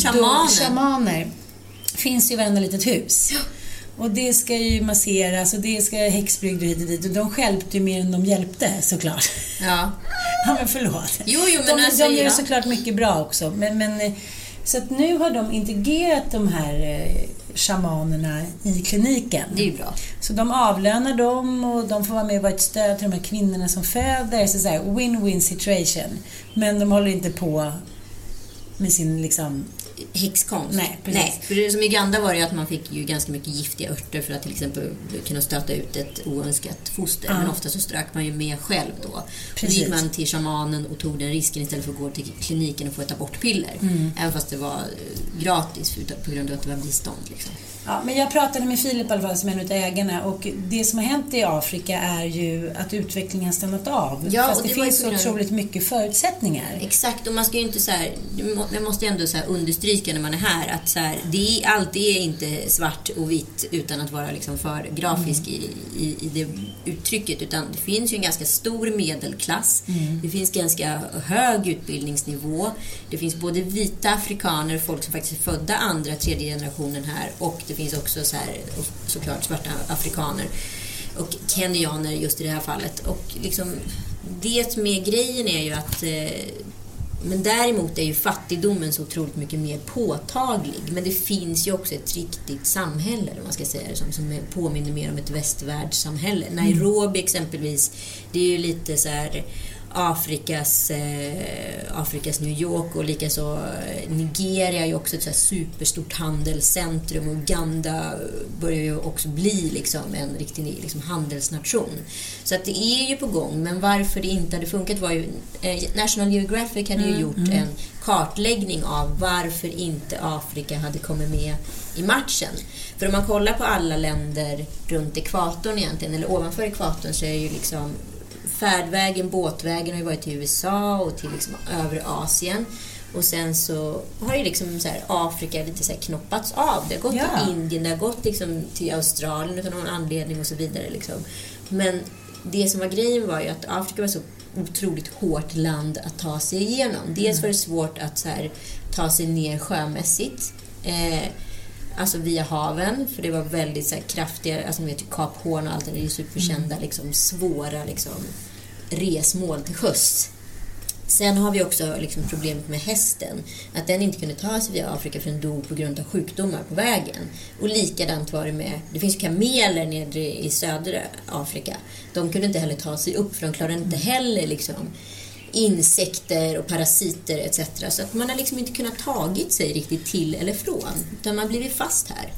shamaner finns ju i varenda litet hus. Och det ska ju masseras och det ska häxbrygder hit och dit. Och de hjälpte ju mer än de hjälpte, såklart. Ja. Ja, men förlåt. Jo, men de gör såklart mycket bra också. Men, så att nu har de integrerat de här shamanerna i kliniken. Det är ju bra. Så de avlönar dem och de får vara med och vara ett stöd till de här kvinnorna som föder. Så här, win-win situation. Men de håller inte på med sin liksom häxkonst. Nej, precis. Nej, för det som i Uganda var det att man fick ju ganska mycket giftiga örter för att till exempel kunna stöta ut ett oönskat foster. Men ofta så strök man ju med själv då. Då gick man till shamanen och tog den risken istället för att gå till kliniken och få ett abortpiller. Även fast det var gratis på grund av att det var bistånd liksom. Ja, men jag pratade med Filip i alla fall som en av ägarna och det som har hänt i Afrika är ju att utvecklingen har stannat av. Ja, fast det finns så otroligt mycket förutsättningar. Exakt, och man ska ju inte så här, man måste ju ändå så här understryka när man är här att så här, allt är inte svart och vitt utan att vara liksom för grafisk i det uttrycket, utan det finns ju en ganska stor medelklass. Det finns ganska hög utbildningsnivå. Det finns både vita afrikaner, folk som faktiskt är födda andra, tredje generationen här, och det finns också så här, såklart svarta afrikaner och kenyaner just i det här fallet. Och liksom, det som är grejen är ju att Men däremot är ju fattigdomen så otroligt mycket mer påtaglig. Men det finns ju också ett riktigt samhälle, om man ska säga det, som påminner mer om ett västvärldssamhälle. Nairobi exempelvis, det är ju lite så här Afrikas New York, och likaså Nigeria är ju också ett så här superstort handelscentrum, och Uganda börjar ju också bli liksom en riktig liksom handelsnation. Så att det är ju på gång, men varför det inte hade funkat var ju National Geographic hade ju gjort en kartläggning av varför inte Afrika hade kommit med i matchen. För om man kollar på alla länder runt ekvatorn egentligen, eller ovanför ekvatorn, så är ju liksom färdvägen, båtvägen har ju varit till USA och till liksom övre Asien. Och sen så har ju liksom så här Afrika lite så här knoppats av. Det har gått till Indien, det har gått liksom till Australien utan någon anledning och så vidare liksom. Men det som var grejen var ju att Afrika var så otroligt hårt land att ta sig igenom. Dels var det svårt att så här ta sig ner sjömässigt. Alltså via haven, för det var väldigt så här kraftiga, alltså ni vet, Kap Horn och allt det är ju superkända liksom svåra liksom resmål till sjöss. Sen har vi också liksom problemet med hästen, att den inte kunde ta sig via Afrika för den dog på grund av sjukdomar på vägen. Och likadant var det med, det finns ju kameler nere i södra Afrika. De kunde inte heller ta sig upp, för de klarade inte heller liksom insekter och parasiter etc. Så att man har liksom inte kunnat tagit sig riktigt till eller från, utan man blivit fast här.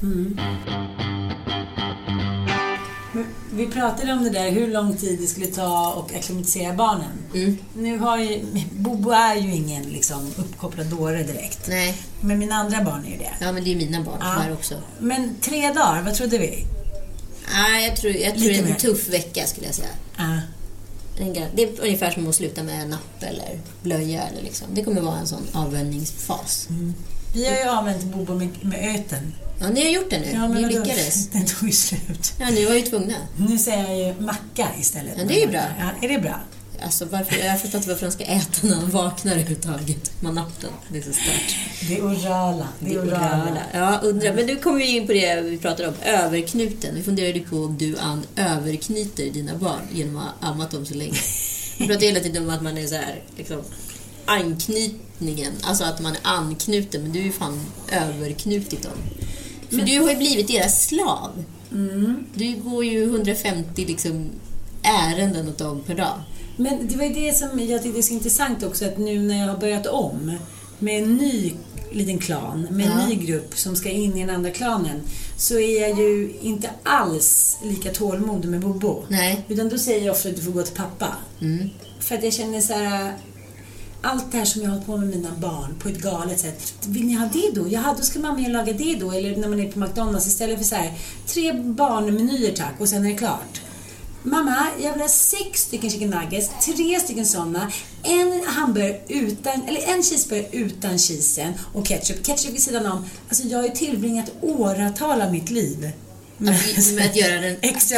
Vi pratade om det där, hur lång tid det skulle ta och akklimatisera barnen. Nu har ju, Bobo är ju ingen liksom uppkopplad dåre direkt. Nej. Men mina andra barn är ju det. Ja, men det är mina barn här också. Men 3 dagar, vad trodde vi? Jag tror det är en tuff vecka skulle jag säga. Det är ungefär som att sluta med napp eller blöja eller liksom. Det kommer vara en sån avvänjningsfas. Vi har ju avvänt Bobo med öten. Ja, ni har gjort det nu. Ja, men ni lyckades. Den tog ju slut. Ja, ni var ju tvungna. Nu säger jag ju macka istället. Ja, det är ju bra. Ja, är det bra? Alltså, jag förstår inte varför han ska äta när han vaknar överhuvudtaget. Man natten. Det är så stört. Det är orala. Ja, undrar. Men nu kommer vi in på det vi pratade om. Överknuten. Vi funderade på om du överknyter dina barn genom att ha ammat dem så länge. Vi pratade hela tiden om att man är så här liksom anknytningen. Alltså att man är anknuten. Men du är ju fan överknutit dem. För du har ju blivit deras slav. Du går ju 150 liksom ärenden åt dem per dag. Men det var ju det som jag tyckte är så intressant också, att nu när jag har börjat om med en ny liten klan, med en ny grupp som ska in i den andra klanen, så är jag ju inte alls lika tålmodig med Bobo. Nej. Utan då säger jag ofta att du får gå till pappa. För att jag känner så här, allt det här som jag har hållit på med mina barn på ett galet sätt. Vill ni ha det då? Ja, då ska mamma laga det då. Eller när man är på McDonalds, istället för så här 3 barnmenyer tack och sen är det klart. Mamma, jag vill ha 6 stycken chicken nuggets, 3 stycken sådana, en hamburgare utan, eller en cheeseburgare utan cheesen och ketchup vid sidan om. Alltså jag har ju tillbringat åratal av mitt liv med att göra den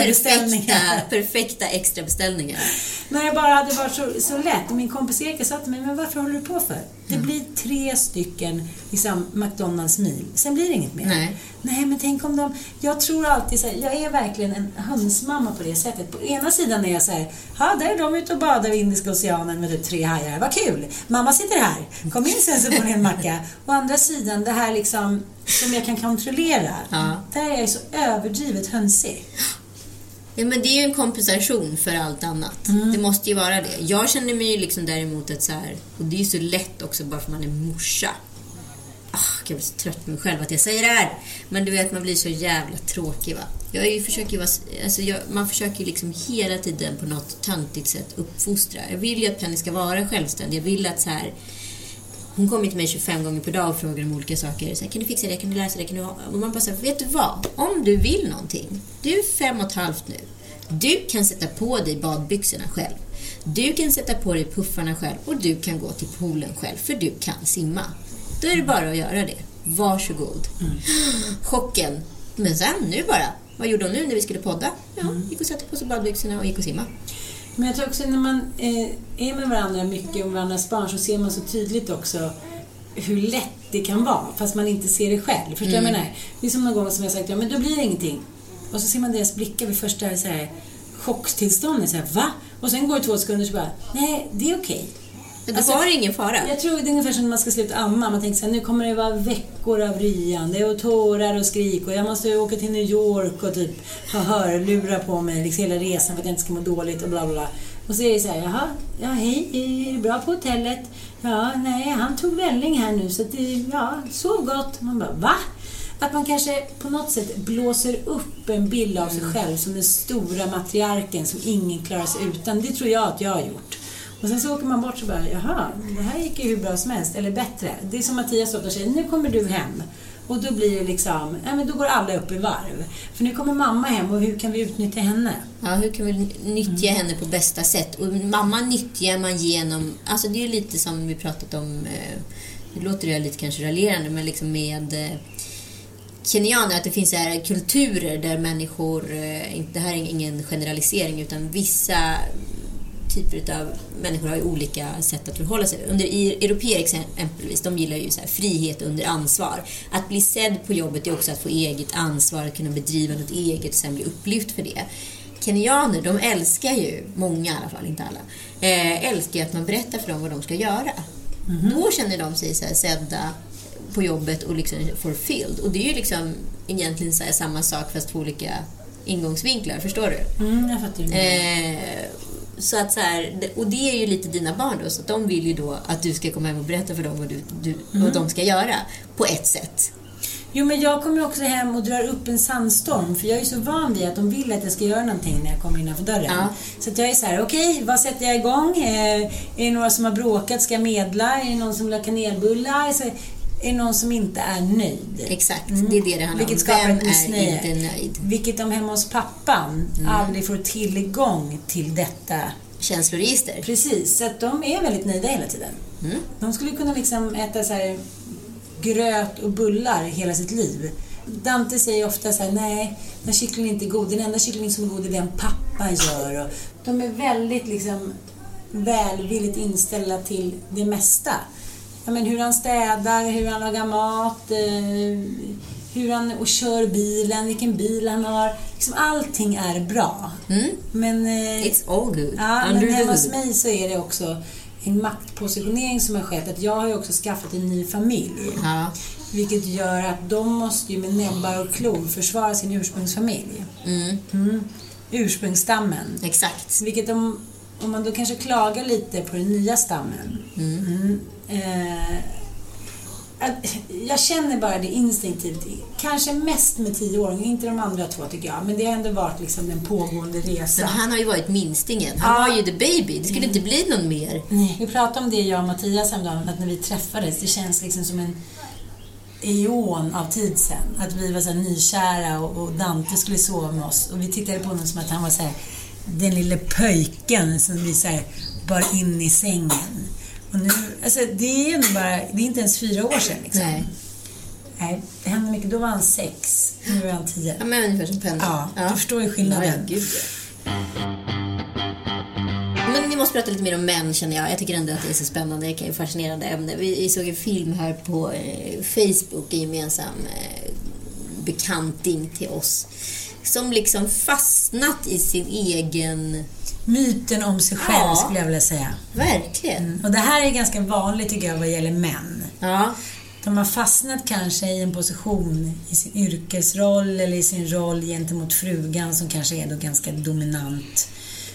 perfekta extra beställningar. När jag bara hade varit så lätt. Och min kompis Erika sa till mig, men varför håller du på för? Det blir 3 stycken liksom, McDonalds mil. Sen blir det inget mer. Nej, men tänk om de... Jag tror alltid så här, jag är verkligen en hönsmamma på det sättet. På ena sidan är jag så här, där är de ute och badar vid Indiska oceanen med typ 3 hajar. Vad kul! Mamma sitter här. Kom in sen så får ni en macka. Å andra sidan, det här liksom som jag kan kontrollera. Där är jag så överdrivet hönsig. Ja, men det är ju en kompensation för allt annat. Det måste ju vara det. Jag känner mig ju liksom däremot att så här, och det är ju så lätt också bara för man är morsa. Jag blir så trött med mig själv att jag säger det här. Men du vet, man blir så jävla tråkig, va. Man försöker liksom hela tiden på något tantigt sätt uppfostra. Jag vill ju att Penny ska vara självständig. Jag vill att så här, hon kommer till mig 25 gånger per dag och frågar om olika saker. Så här, kan du fixa det? Kan du läsa det? Kan du ha? Och man bara säger, vet du vad? Om du vill någonting, du är 5,5 nu. Du kan sätta på dig badbyxorna själv. Du kan sätta på dig puffarna själv. Och du kan gå till poolen själv, för du kan simma. Då är det bara att göra det. Varsågod. Chocken. Men sen, nu bara. Vad gjorde hon nu när vi skulle podda? Gick och satte på sig badbyxorna och gick och simma. Men jag tror också när man är med varandra mycket om varandras barn, så ser man så tydligt också hur lätt det kan vara, fast man inte ser det själv. Förstår jag menar? Det är som någon gång som jag sagt, men då blir det ingenting. Och så ser man deras blickar vid första så här chocktillståndet, så här, va? Och sen går det 2 sekunder så bara, nej, det är okej. Men det var ingen fara. Jag tror det är ungefär som när man ska sluta amma. Man tänker så här, nu kommer det vara veckor av ryande och tårar och skrik. Och jag måste åka till New York och typ ha hörlurar på mig liksom hela resan för att jag inte ska må dåligt och bla bla bla. Och så är det så här, ja hej, är det bra på hotellet? Ja, nej, han tog välling här nu så att det, ja, sov gott. Man bara, va? Att man kanske på något sätt blåser upp en bild av sig själv som den stora matriarken som ingen klarar sig utan. Det tror jag att jag har gjort. Och sen så åker man bort och bara, jaha, det här gick ju hur bra som helst, eller bättre. Det är som Mattias åter säger, nu kommer du hem. Och då blir det liksom, men då går alla upp i varv. För nu kommer mamma hem och hur kan vi utnyttja henne? Ja, hur kan vi nyttja henne på bästa sätt? Och mamma nyttjar man genom, alltså det är ju lite som vi pratat om, det låter ju lite kanske raljerande, men liksom med kenyaner, att det finns så här kulturer där människor, det här är ingen generalisering, utan vissa typer av människor har ju olika sätt att förhålla sig. Under europeer exempelvis, de gillar ju så här frihet under ansvar. Att bli sedd på jobbet är också att få eget ansvar, att kunna bedriva något eget och sen bli upplyft för det. Kenyaner, de älskar ju, många i alla fall, inte alla, älskar ju att man berättar för dem vad de ska göra. Då känner de sig så här sedda på jobbet och liksom fulfilled. Och det är ju liksom egentligen så här samma sak fast på olika ingångsvinklar, förstår du? Jag fattar. Så att så här, och det är ju lite dina barn då, så att de vill ju då att du ska komma hem och berätta för dem vad de ska göra på ett sätt. Jo, men jag kommer också hem och drar upp en sandstorm, för jag är så van vid att de vill att jag ska göra någonting när jag kommer innanför dörren. Ja. Så att jag är så här, okej, vad sätter jag igång? Är det några som har bråkat? Ska jag medla? Är det någon som vill ha kanelbullar? Så är någon som inte är nöjd. Exakt, det är det handlar om. Vem är inte nöjd? Vilket de hemma hos pappan aldrig får tillgång till detta känsloregister. Precis, så att de är väldigt nöjda hela tiden. De skulle kunna liksom äta så här gröt och bullar hela sitt liv. Dante säger ofta så här, nej, den kycklingen är inte god. Den enda kycklingen som är god är den pappa gör. Och de är väldigt liksom välvilligt inställda till det mesta. Ja, men hur han städar, hur han lagar mat, hur han och kör bilen, vilken bil han har. Liksom allting är bra. Men, it's all good. Ja, men hemma hos mig så är det också en maktpositionering som har skett. Att jag har ju också skaffat en ny familj. Ja. Vilket gör att de måste ju med näbbar och klor försvara sin ursprungsfamilj. Ursprungsstammen. Exakt. Vilket om man då kanske klagar lite på den nya stammen. Jag känner bara det instinktivt. Kanske mest med 10-åringar, inte de andra 2 tycker jag. Men det har ändå varit liksom en pågående resa. Men han har ju varit minstingen. Han var ju the baby. Det skulle inte bli någon mer. Nej, vi pratade om det, jag och Mattias häromdagen, att när vi träffades, det känns liksom som en eon av tid sen. Att vi var så här nykära och Dante skulle sova med oss. Och vi tittade på honom som att han var så här, den lille pöjken som vi så här bar in i sängen. Och nu, alltså det är ju bara, det är inte ens 4 år sedan liksom. Nej, det hände mycket. Då var han 6, nu är han 10. Ja, men ungefär som penna. Ja, du förstår ju skillnaden. Ja, gud. Men vi måste prata lite mer om män, känner jag. Jag tycker ändå att det är så spännande. Det är ett fascinerande ämne. Vi såg en film här på Facebook, en gemensam bekanting till oss, som liksom fastnat i sin egen myten om sig själv, skulle jag vilja säga. Verkligen. Och det här är ganska vanligt tycker jag vad gäller män. Ja. De har fastnat kanske i en position i sin yrkesroll eller i sin roll gentemot frugan som kanske är då ganska dominant.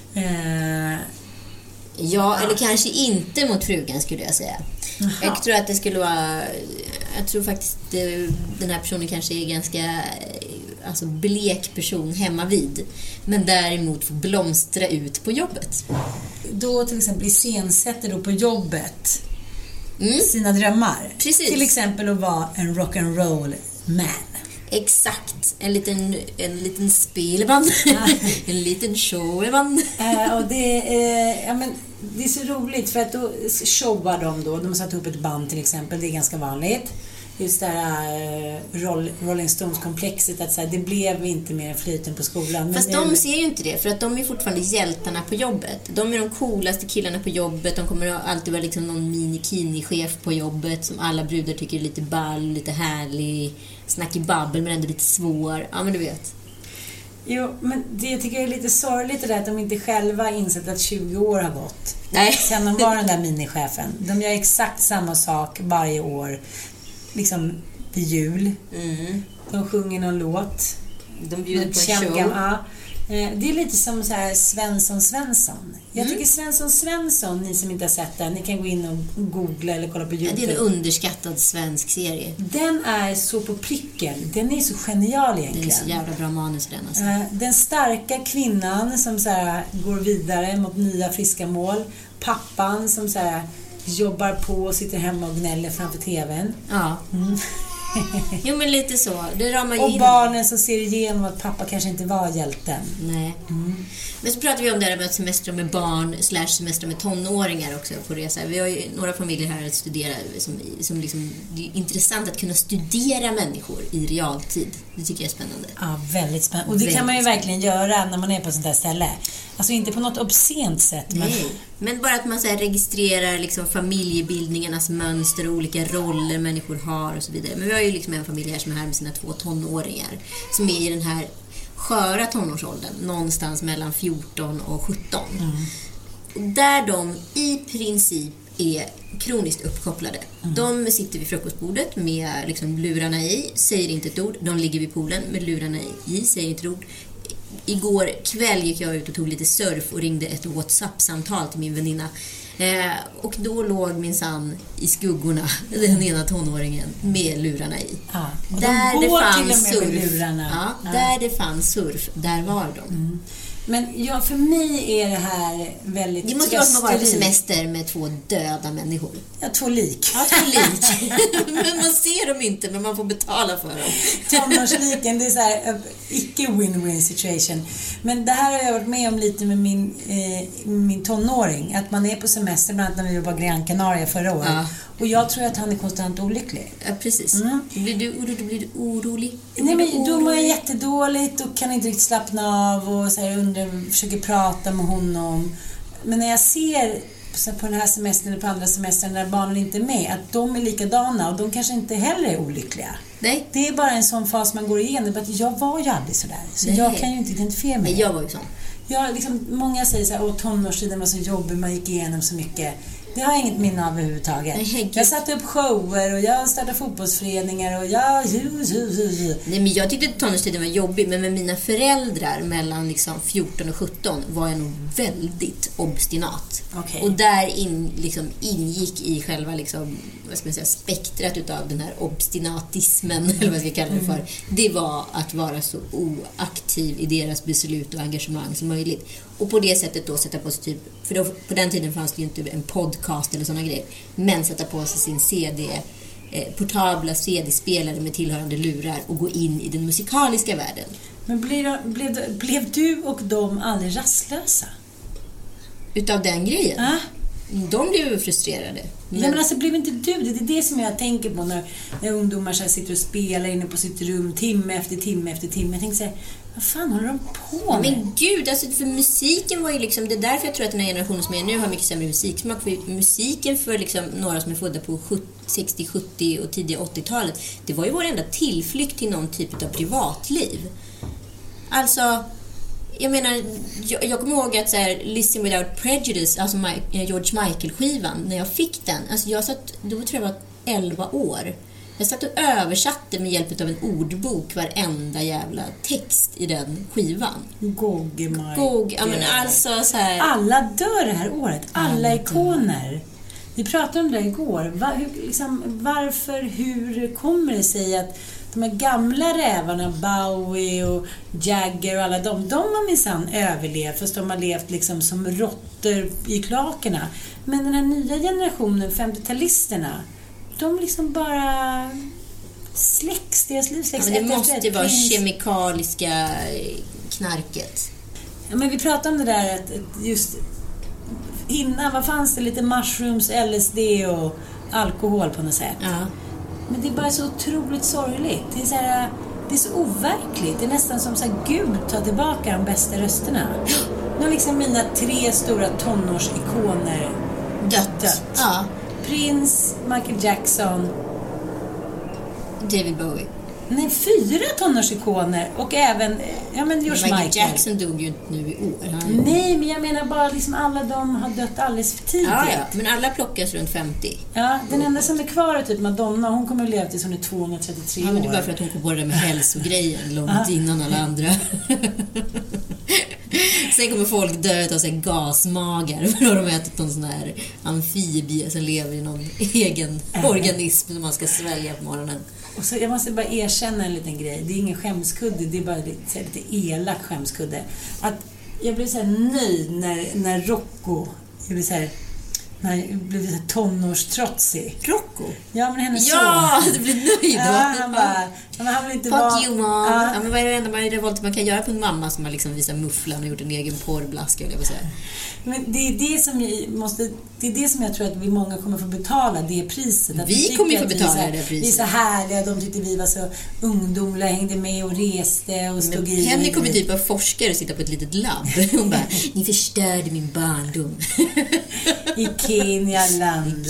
Ja, eller kanske inte mot frugan skulle jag säga. Aha. Jag tror att det skulle vara, jag tror faktiskt den här personen kanske är ganska blek person hemma vid, men däremot får blomstra ut på jobbet. Då till exempel iscensätter då på jobbet sina drömmar. Precis. Till exempel att vara en rock'n'roll man. Exakt, en liten spelband, en liten showband. Och det är så roligt för att då showar de har satt ihop ett band till exempel, det är ganska vanligt. Just det här Rolling Stones-komplexet att så här, det blev inte mer flyten på skolan. Fast de ser ju inte det, för att de är fortfarande hjältarna på jobbet. De är de coolaste killarna på jobbet. De kommer alltid vara liksom någon mini-kini-chef på jobbet som alla brudar tycker är lite ball, lite härlig, snackig babbel men ändå lite svår. Ja, men du vet. Jo, men det tycker jag är lite sorgligt det där att de inte själva insett att 20 år har gått. Nej. Sen de var den där minichefen. De gör exakt samma sak varje år. Liksom vid jul. De sjunger någon låt. De bjuder på en show. Ja. Det är lite som så här Svensson. Jag tycker Svensson, ni som inte har sett den, ni kan gå in och googla eller kolla på YouTube. Ja, det är en underskattad svensk serie. Den är så på pricken. Den är så genial egentligen. Det är så jävla bra manus den alltså. Den starka kvinnan som så här går vidare mot nya friska mål. Pappan som så här jobbar på och sitter hemma och gnäller framför tvn. Ja. Jo, men lite så. Det ramar ju och in. barnen som ser igenom att pappa kanske inte var hjälten. Nej. Men så pratar vi om det här med att semester med barn / semester med tonåringar också på resa. Vi har ju några familjer här att studera som liksom, det är intressant att kunna studera människor i realtid. Det tycker jag är spännande. Ja, väldigt spännande. Och det kan man ju verkligen göra när man är på sånt där ställe. Alltså inte på något obscent sätt. Men bara att man så här registrerar liksom familjebildningarnas mönster och olika roller människor har och så vidare. Men vi har ju liksom en familj här som är här med sina 2 tonåringar som är i den här sköra tonårsåldern, någonstans mellan 14 och 17. Där de i princip är kroniskt uppkopplade. De sitter vid frukostbordet med liksom lurarna i, säger inte ett ord. De ligger vid poolen med lurarna i, säger inte ett ord. Igår kväll gick jag ut och tog lite surf och ringde ett WhatsApp-samtal till min väninna. Och då låg min son i skuggorna, den ena tonåringen, med lurarna i. Ja, där det fanns surf. Lurarna. Ja, där det fanns surf, där var de. Men ja, för mig är det här väldigt... Det måste vara som att vara på semester med 2 döda människor. Ja, 2 lik. Ja, 2 lik. Men man ser dem inte, men man får betala för dem. Tonårsliken, det är så här icke win-win situation. Men det här har jag varit med om lite med min tonåring. Att man är på semester, bland annat när vi var på Gran Canaria förra året. Ja. Och jag tror att han är konstant olycklig. Ja, precis. Blir du orolig? Nej, men då mår jag jättedåligt och kan inte riktigt slappna av och så här försöker prata med honom. Men när jag ser på den här semestern eller på andra semestern där barnen inte är med, att de är likadana och de kanske inte heller är olyckliga. Nej. Det är bara en sån fas man går igenom. Att jag var ju aldrig sådär. Så nej. Jag kan ju inte identifiera mig. Men jag var ju sån. Ja, liksom, många säger så här, tonårstiden var så jobbig, man gick igenom så mycket. Det har jag inget minne av överhuvudtaget. Jag satte upp shower och jag startade fotbollsföreningar och jag... Nej, men jag tyckte att tonårstiden var jobbig, men med mina föräldrar mellan liksom 14 och 17 var jag nog väldigt obstinat. Okay. Och där ingick i själva liksom, vad ska man säga, spektrat utav den här obstinatismen, eller vad jag ska kalla det för. Det var att vara så oaktiv i deras beslut och engagemang som möjligt. Och på det sättet då sätta på sig typ, för då, på den tiden fanns det ju inte en podcast eller såna grejer, men sätta på sig sin portabla CD-spelare med tillhörande lurar och gå in i den musikaliska världen. Men blev du och de aldrig rastlösa? Utav den grejen? De blev ju frustrerade. Ja, men alltså blev inte du det? Det är det som jag tänker på när ungdomar så här sitter och spelar inne på sitt rum timme efter timme efter timme. Jag tänker så här, vad fan håller de på med? Men gud, alltså för musiken var ju liksom, det är därför jag tror att den här generationen som är nu har mycket sämre musiksmak. För musiken för liksom några som är födda på 60, 70 och tidiga 80-talet, det var ju vår enda tillflykt till någon typ av privatliv. Alltså, jag menar, jag kommer ihåg att så här, Listen Without Prejudice, alltså George Michael-skivan, när jag fick den, alltså jag satt, då tror jag var 11 år. Jag satt och översatte med hjälp av en ordbok varenda jävla text i den skivan. Ja, men alltså så här. Alla dör det här året, alla ikoner. Vi pratade om det igår. Varför, hur kommer det sig att de här gamla rävarna, Bowie och Jagger och alla de har minsann överlevt, fast de har levt liksom som råttor i klakerna. Men den här nya generationen, 50-talisterna, de liksom bara släcks, deras liv släcks. Ja, men det måste vara kemikaliska knarket. Ja, men vi pratade om det där att just innan, vad fanns det? Lite mushrooms, LSD och alkohol på något sätt. Ja. Men det är bara så otroligt sorgligt. Det är så här, det är så overkligt. Det är nästan som så här, Gud tar tillbaka de bästa rösterna. Nu har liksom mina 3 stora tonårsikoner dött. Ja. Prince, Michael Jackson, David Bowie. Nej, 4 tonårsikoner. Och även, George Michael. Jackson dog ju inte nu i år. Nej, men jag menar bara liksom alla de har dött alldeles för tidigt. Ja, men alla plockas runt 50. Ja, den enda som är kvar är typ Madonna. Hon kommer att leva tills hon är 233 år. Ja, men det är bara för att hon kom på det där med hälsogrejen långt innan alla andra. Sen kommer folk dö av sig gasmagar för att de har ätit någon sån här amfibie som lever i någon egen organism som man ska svälja på morgonen. Och så jag måste bara erkänna en liten grej. Det är ingen skämskudde, det är bara lite elak skämskudde. Att jag blev så här nöjd när Rocco, jag blev så här, när jag blev så här tonårstrotsig. Rocco? Ja, men hennes ja, son. du blir nöjd då. Ja, han bara, han vill inte Fuck you, mom. Ja. Ja, men vad är det enda man kan göra på en mamma som har liksom visat mufflan och gjort en egen porrblaska, eller vad säga. Men det är det som jag tror att vi många kommer få betala, det priset. Att Vi kommer ju få betala det priset. Vi är så härliga, de tyckte vi var så ungdomliga, hängde med och reste och stod i. Henry kommer typ av forskare och sitta på ett litet labb. Hon bara, ni förstörde min barndom. I Kenialand.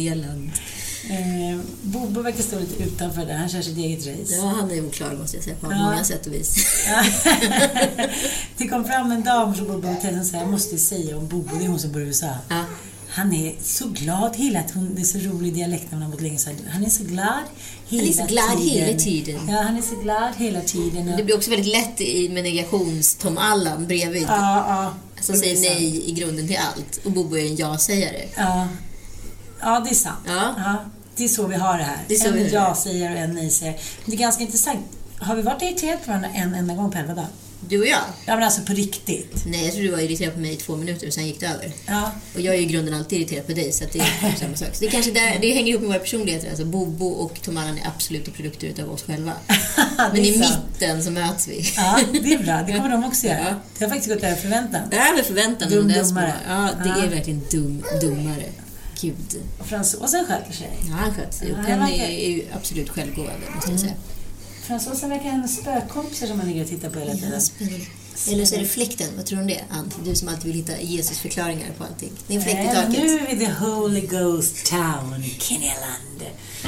Bobo verkar stå lite utanför där. Han kör sitt eget race. Ja, han är oklar måste jag säga på många sätt och vis. Det kom fram en dam som Bobo och Ted säger, jag måste säga om Bobo, det är hon som bor i USA. Ja. Han är så glad hela tiden. Det är så rolig dialekt när man har gått länge sedan. Han är så glad hela tiden. Ja, han är så glad hela tiden. Det blir också väldigt lätt med negations-Tom Allan bredvid. Ja. Som säger nej i grunden till allt. Och Bobo är en ja-sägare. Ja, det är sant. Ja. Det är så vi har det här. Det är så en ja-sägare och en nej-sägare. Det är ganska intressant. Har vi varit irriterade på varandra en enda gång på 11 dagar? Du och jag? Ja, men alltså på riktigt. Nej, jag tror du var irriterad på mig i 2 minuter och sen gick det över. Ja. Och jag är i grunden alltid irriterad på dig, så att det är samma sak. Så det kanske det hänger ihop med våra personligheter. Alltså Bobo och Tom Allan är absoluta produkter utav oss själva. Men i mitten så möts vi. Ja, det är bra. Det kommer de också göra. Ja. Det har faktiskt gått över förväntan. Det är väl förväntan. Dummare. Ja, det är verkligen dummare. Gud. Fransosen sköter sig. Ja, han sköter sig. Och Penny är ju absolut självgående, måste jag säga. Fransosen verkar ha en spökkompisar som man ligger och tittar på hela tiden. Eller så är det fläkten. Vad tror du om det, Ant? Du som alltid vill hitta Jesus-förklaringar på allting. Det är en fläkt i taket. Nu är vi the Holy Ghost Town i Kenialand.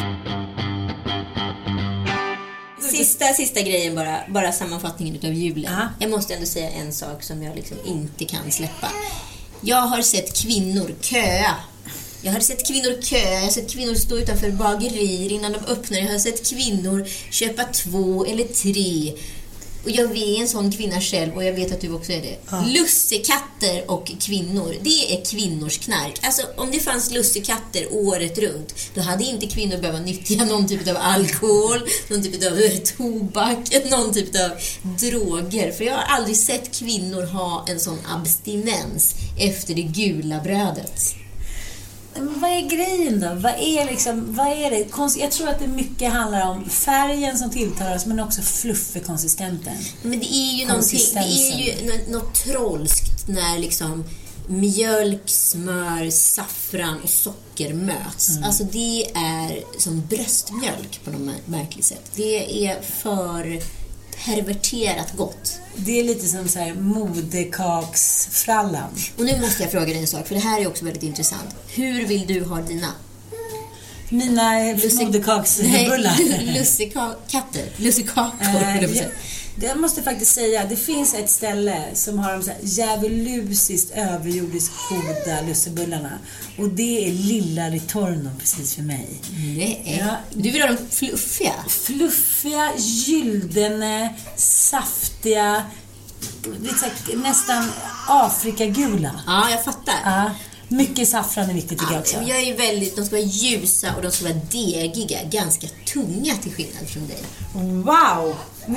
Sista grejen bara sammanfattningen utav julen. Aha. Jag måste ändå säga en sak som jag liksom inte kan släppa. Jag har sett kvinnor köa. Jag har sett kvinnor stå utanför bagerier innan de öppnar. Jag har sett kvinnor köpa 2 eller 3. Och jag är en sån kvinna själv, och jag vet att du också är det. Ja. Lussekatter och kvinnor, det är kvinnors knark. Alltså om det fanns lussekatter året runt, då hade inte kvinnor behöva nyttja någon typ av alkohol, någon typ av tobak, någon typ av droger. För jag har aldrig sett kvinnor ha en sån abstinens efter det gula brödet. Men vad är grejen då? Vad är det? Jag tror att det mycket handlar om färgen som tilltalar oss, men också fluffekonsistenten. Men det är ju någonting, det är ju något trollskt när liksom mjölk, smör, saffran och socker möts. Alltså det är som bröstmjölk på något märkligt sätt. Det är för perverterat gott. Det är lite som så här modekaksfrallan. Och nu måste jag fråga dig en sak, för det här är också väldigt intressant. Hur vill du ha dina? Mina modekaksbullar. Lussekakor. Jag måste faktiskt säga, det finns ett ställe som har de så här djävulusiskt överjordiskt goda lussebullarna. Och det är Lilla Ritorno precis för mig. Du vill ha dem fluffiga? Fluffiga, gyldene, saftiga, nästan Afrikagula. Ja, jag fattar. Ja. Mycket saffran är viktigt tycker jag också. Jag är väldigt, de ska vara ljusa och de ska vara degiga, ganska tunga till skillnad från dig. Wow!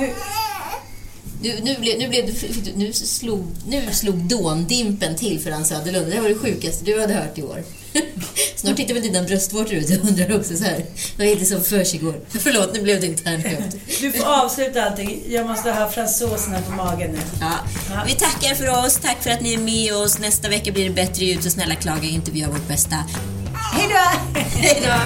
Nu slog dåndimpen till för Ann Söderlund. Det var det sjukaste du hade hört i år. Snart tittar väl dina bröstvårtor ut och undrar också så här, vad är det som försiggår? Förlåt, nu blev det inte här. Du får avsluta allting. Jag måste ha fransåserna på magen nu. Ja. Vi tackar för oss. Tack för att ni är med oss. Nästa vecka blir det bättre ljud, så snälla klaga inte, vi gör vårt bästa. Hej då! Hej då!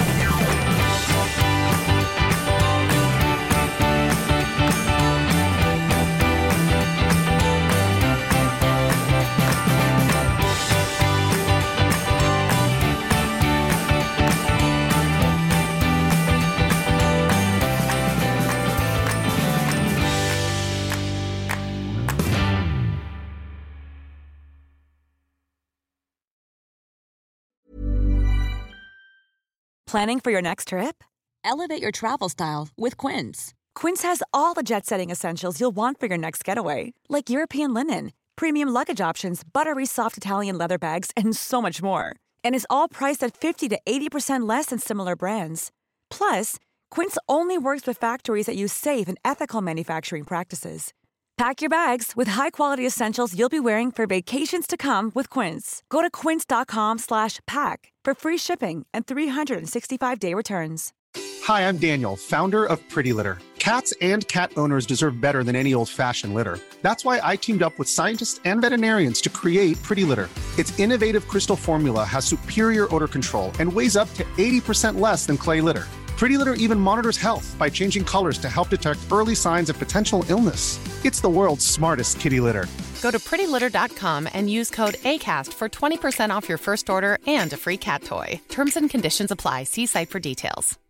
Planning for your next trip? Elevate your travel style with Quince. Quince has all the jet-setting essentials you'll want for your next getaway, like European linen, premium luggage options, buttery soft Italian leather bags, and so much more. And is all priced at 50 to 80% less than similar brands. Plus, Quince only works with factories that use safe and ethical manufacturing practices. Pack your bags with high-quality essentials you'll be wearing for vacations to come with Quince. Go to quince.com/pack for free shipping and 365-day returns. Hi, I'm Daniel, founder of Pretty Litter. Cats and cat owners deserve better than any old-fashioned litter. That's why I teamed up with scientists and veterinarians to create Pretty Litter. Its innovative crystal formula has superior odor control and weighs up to 80% less than clay litter. Pretty Litter even monitors health by changing colors to help detect early signs of potential illness. It's the world's smartest kitty litter. Go to prettylitter.com and use code ACAST for 20% off your first order and a free cat toy. Terms and conditions apply. See site for details.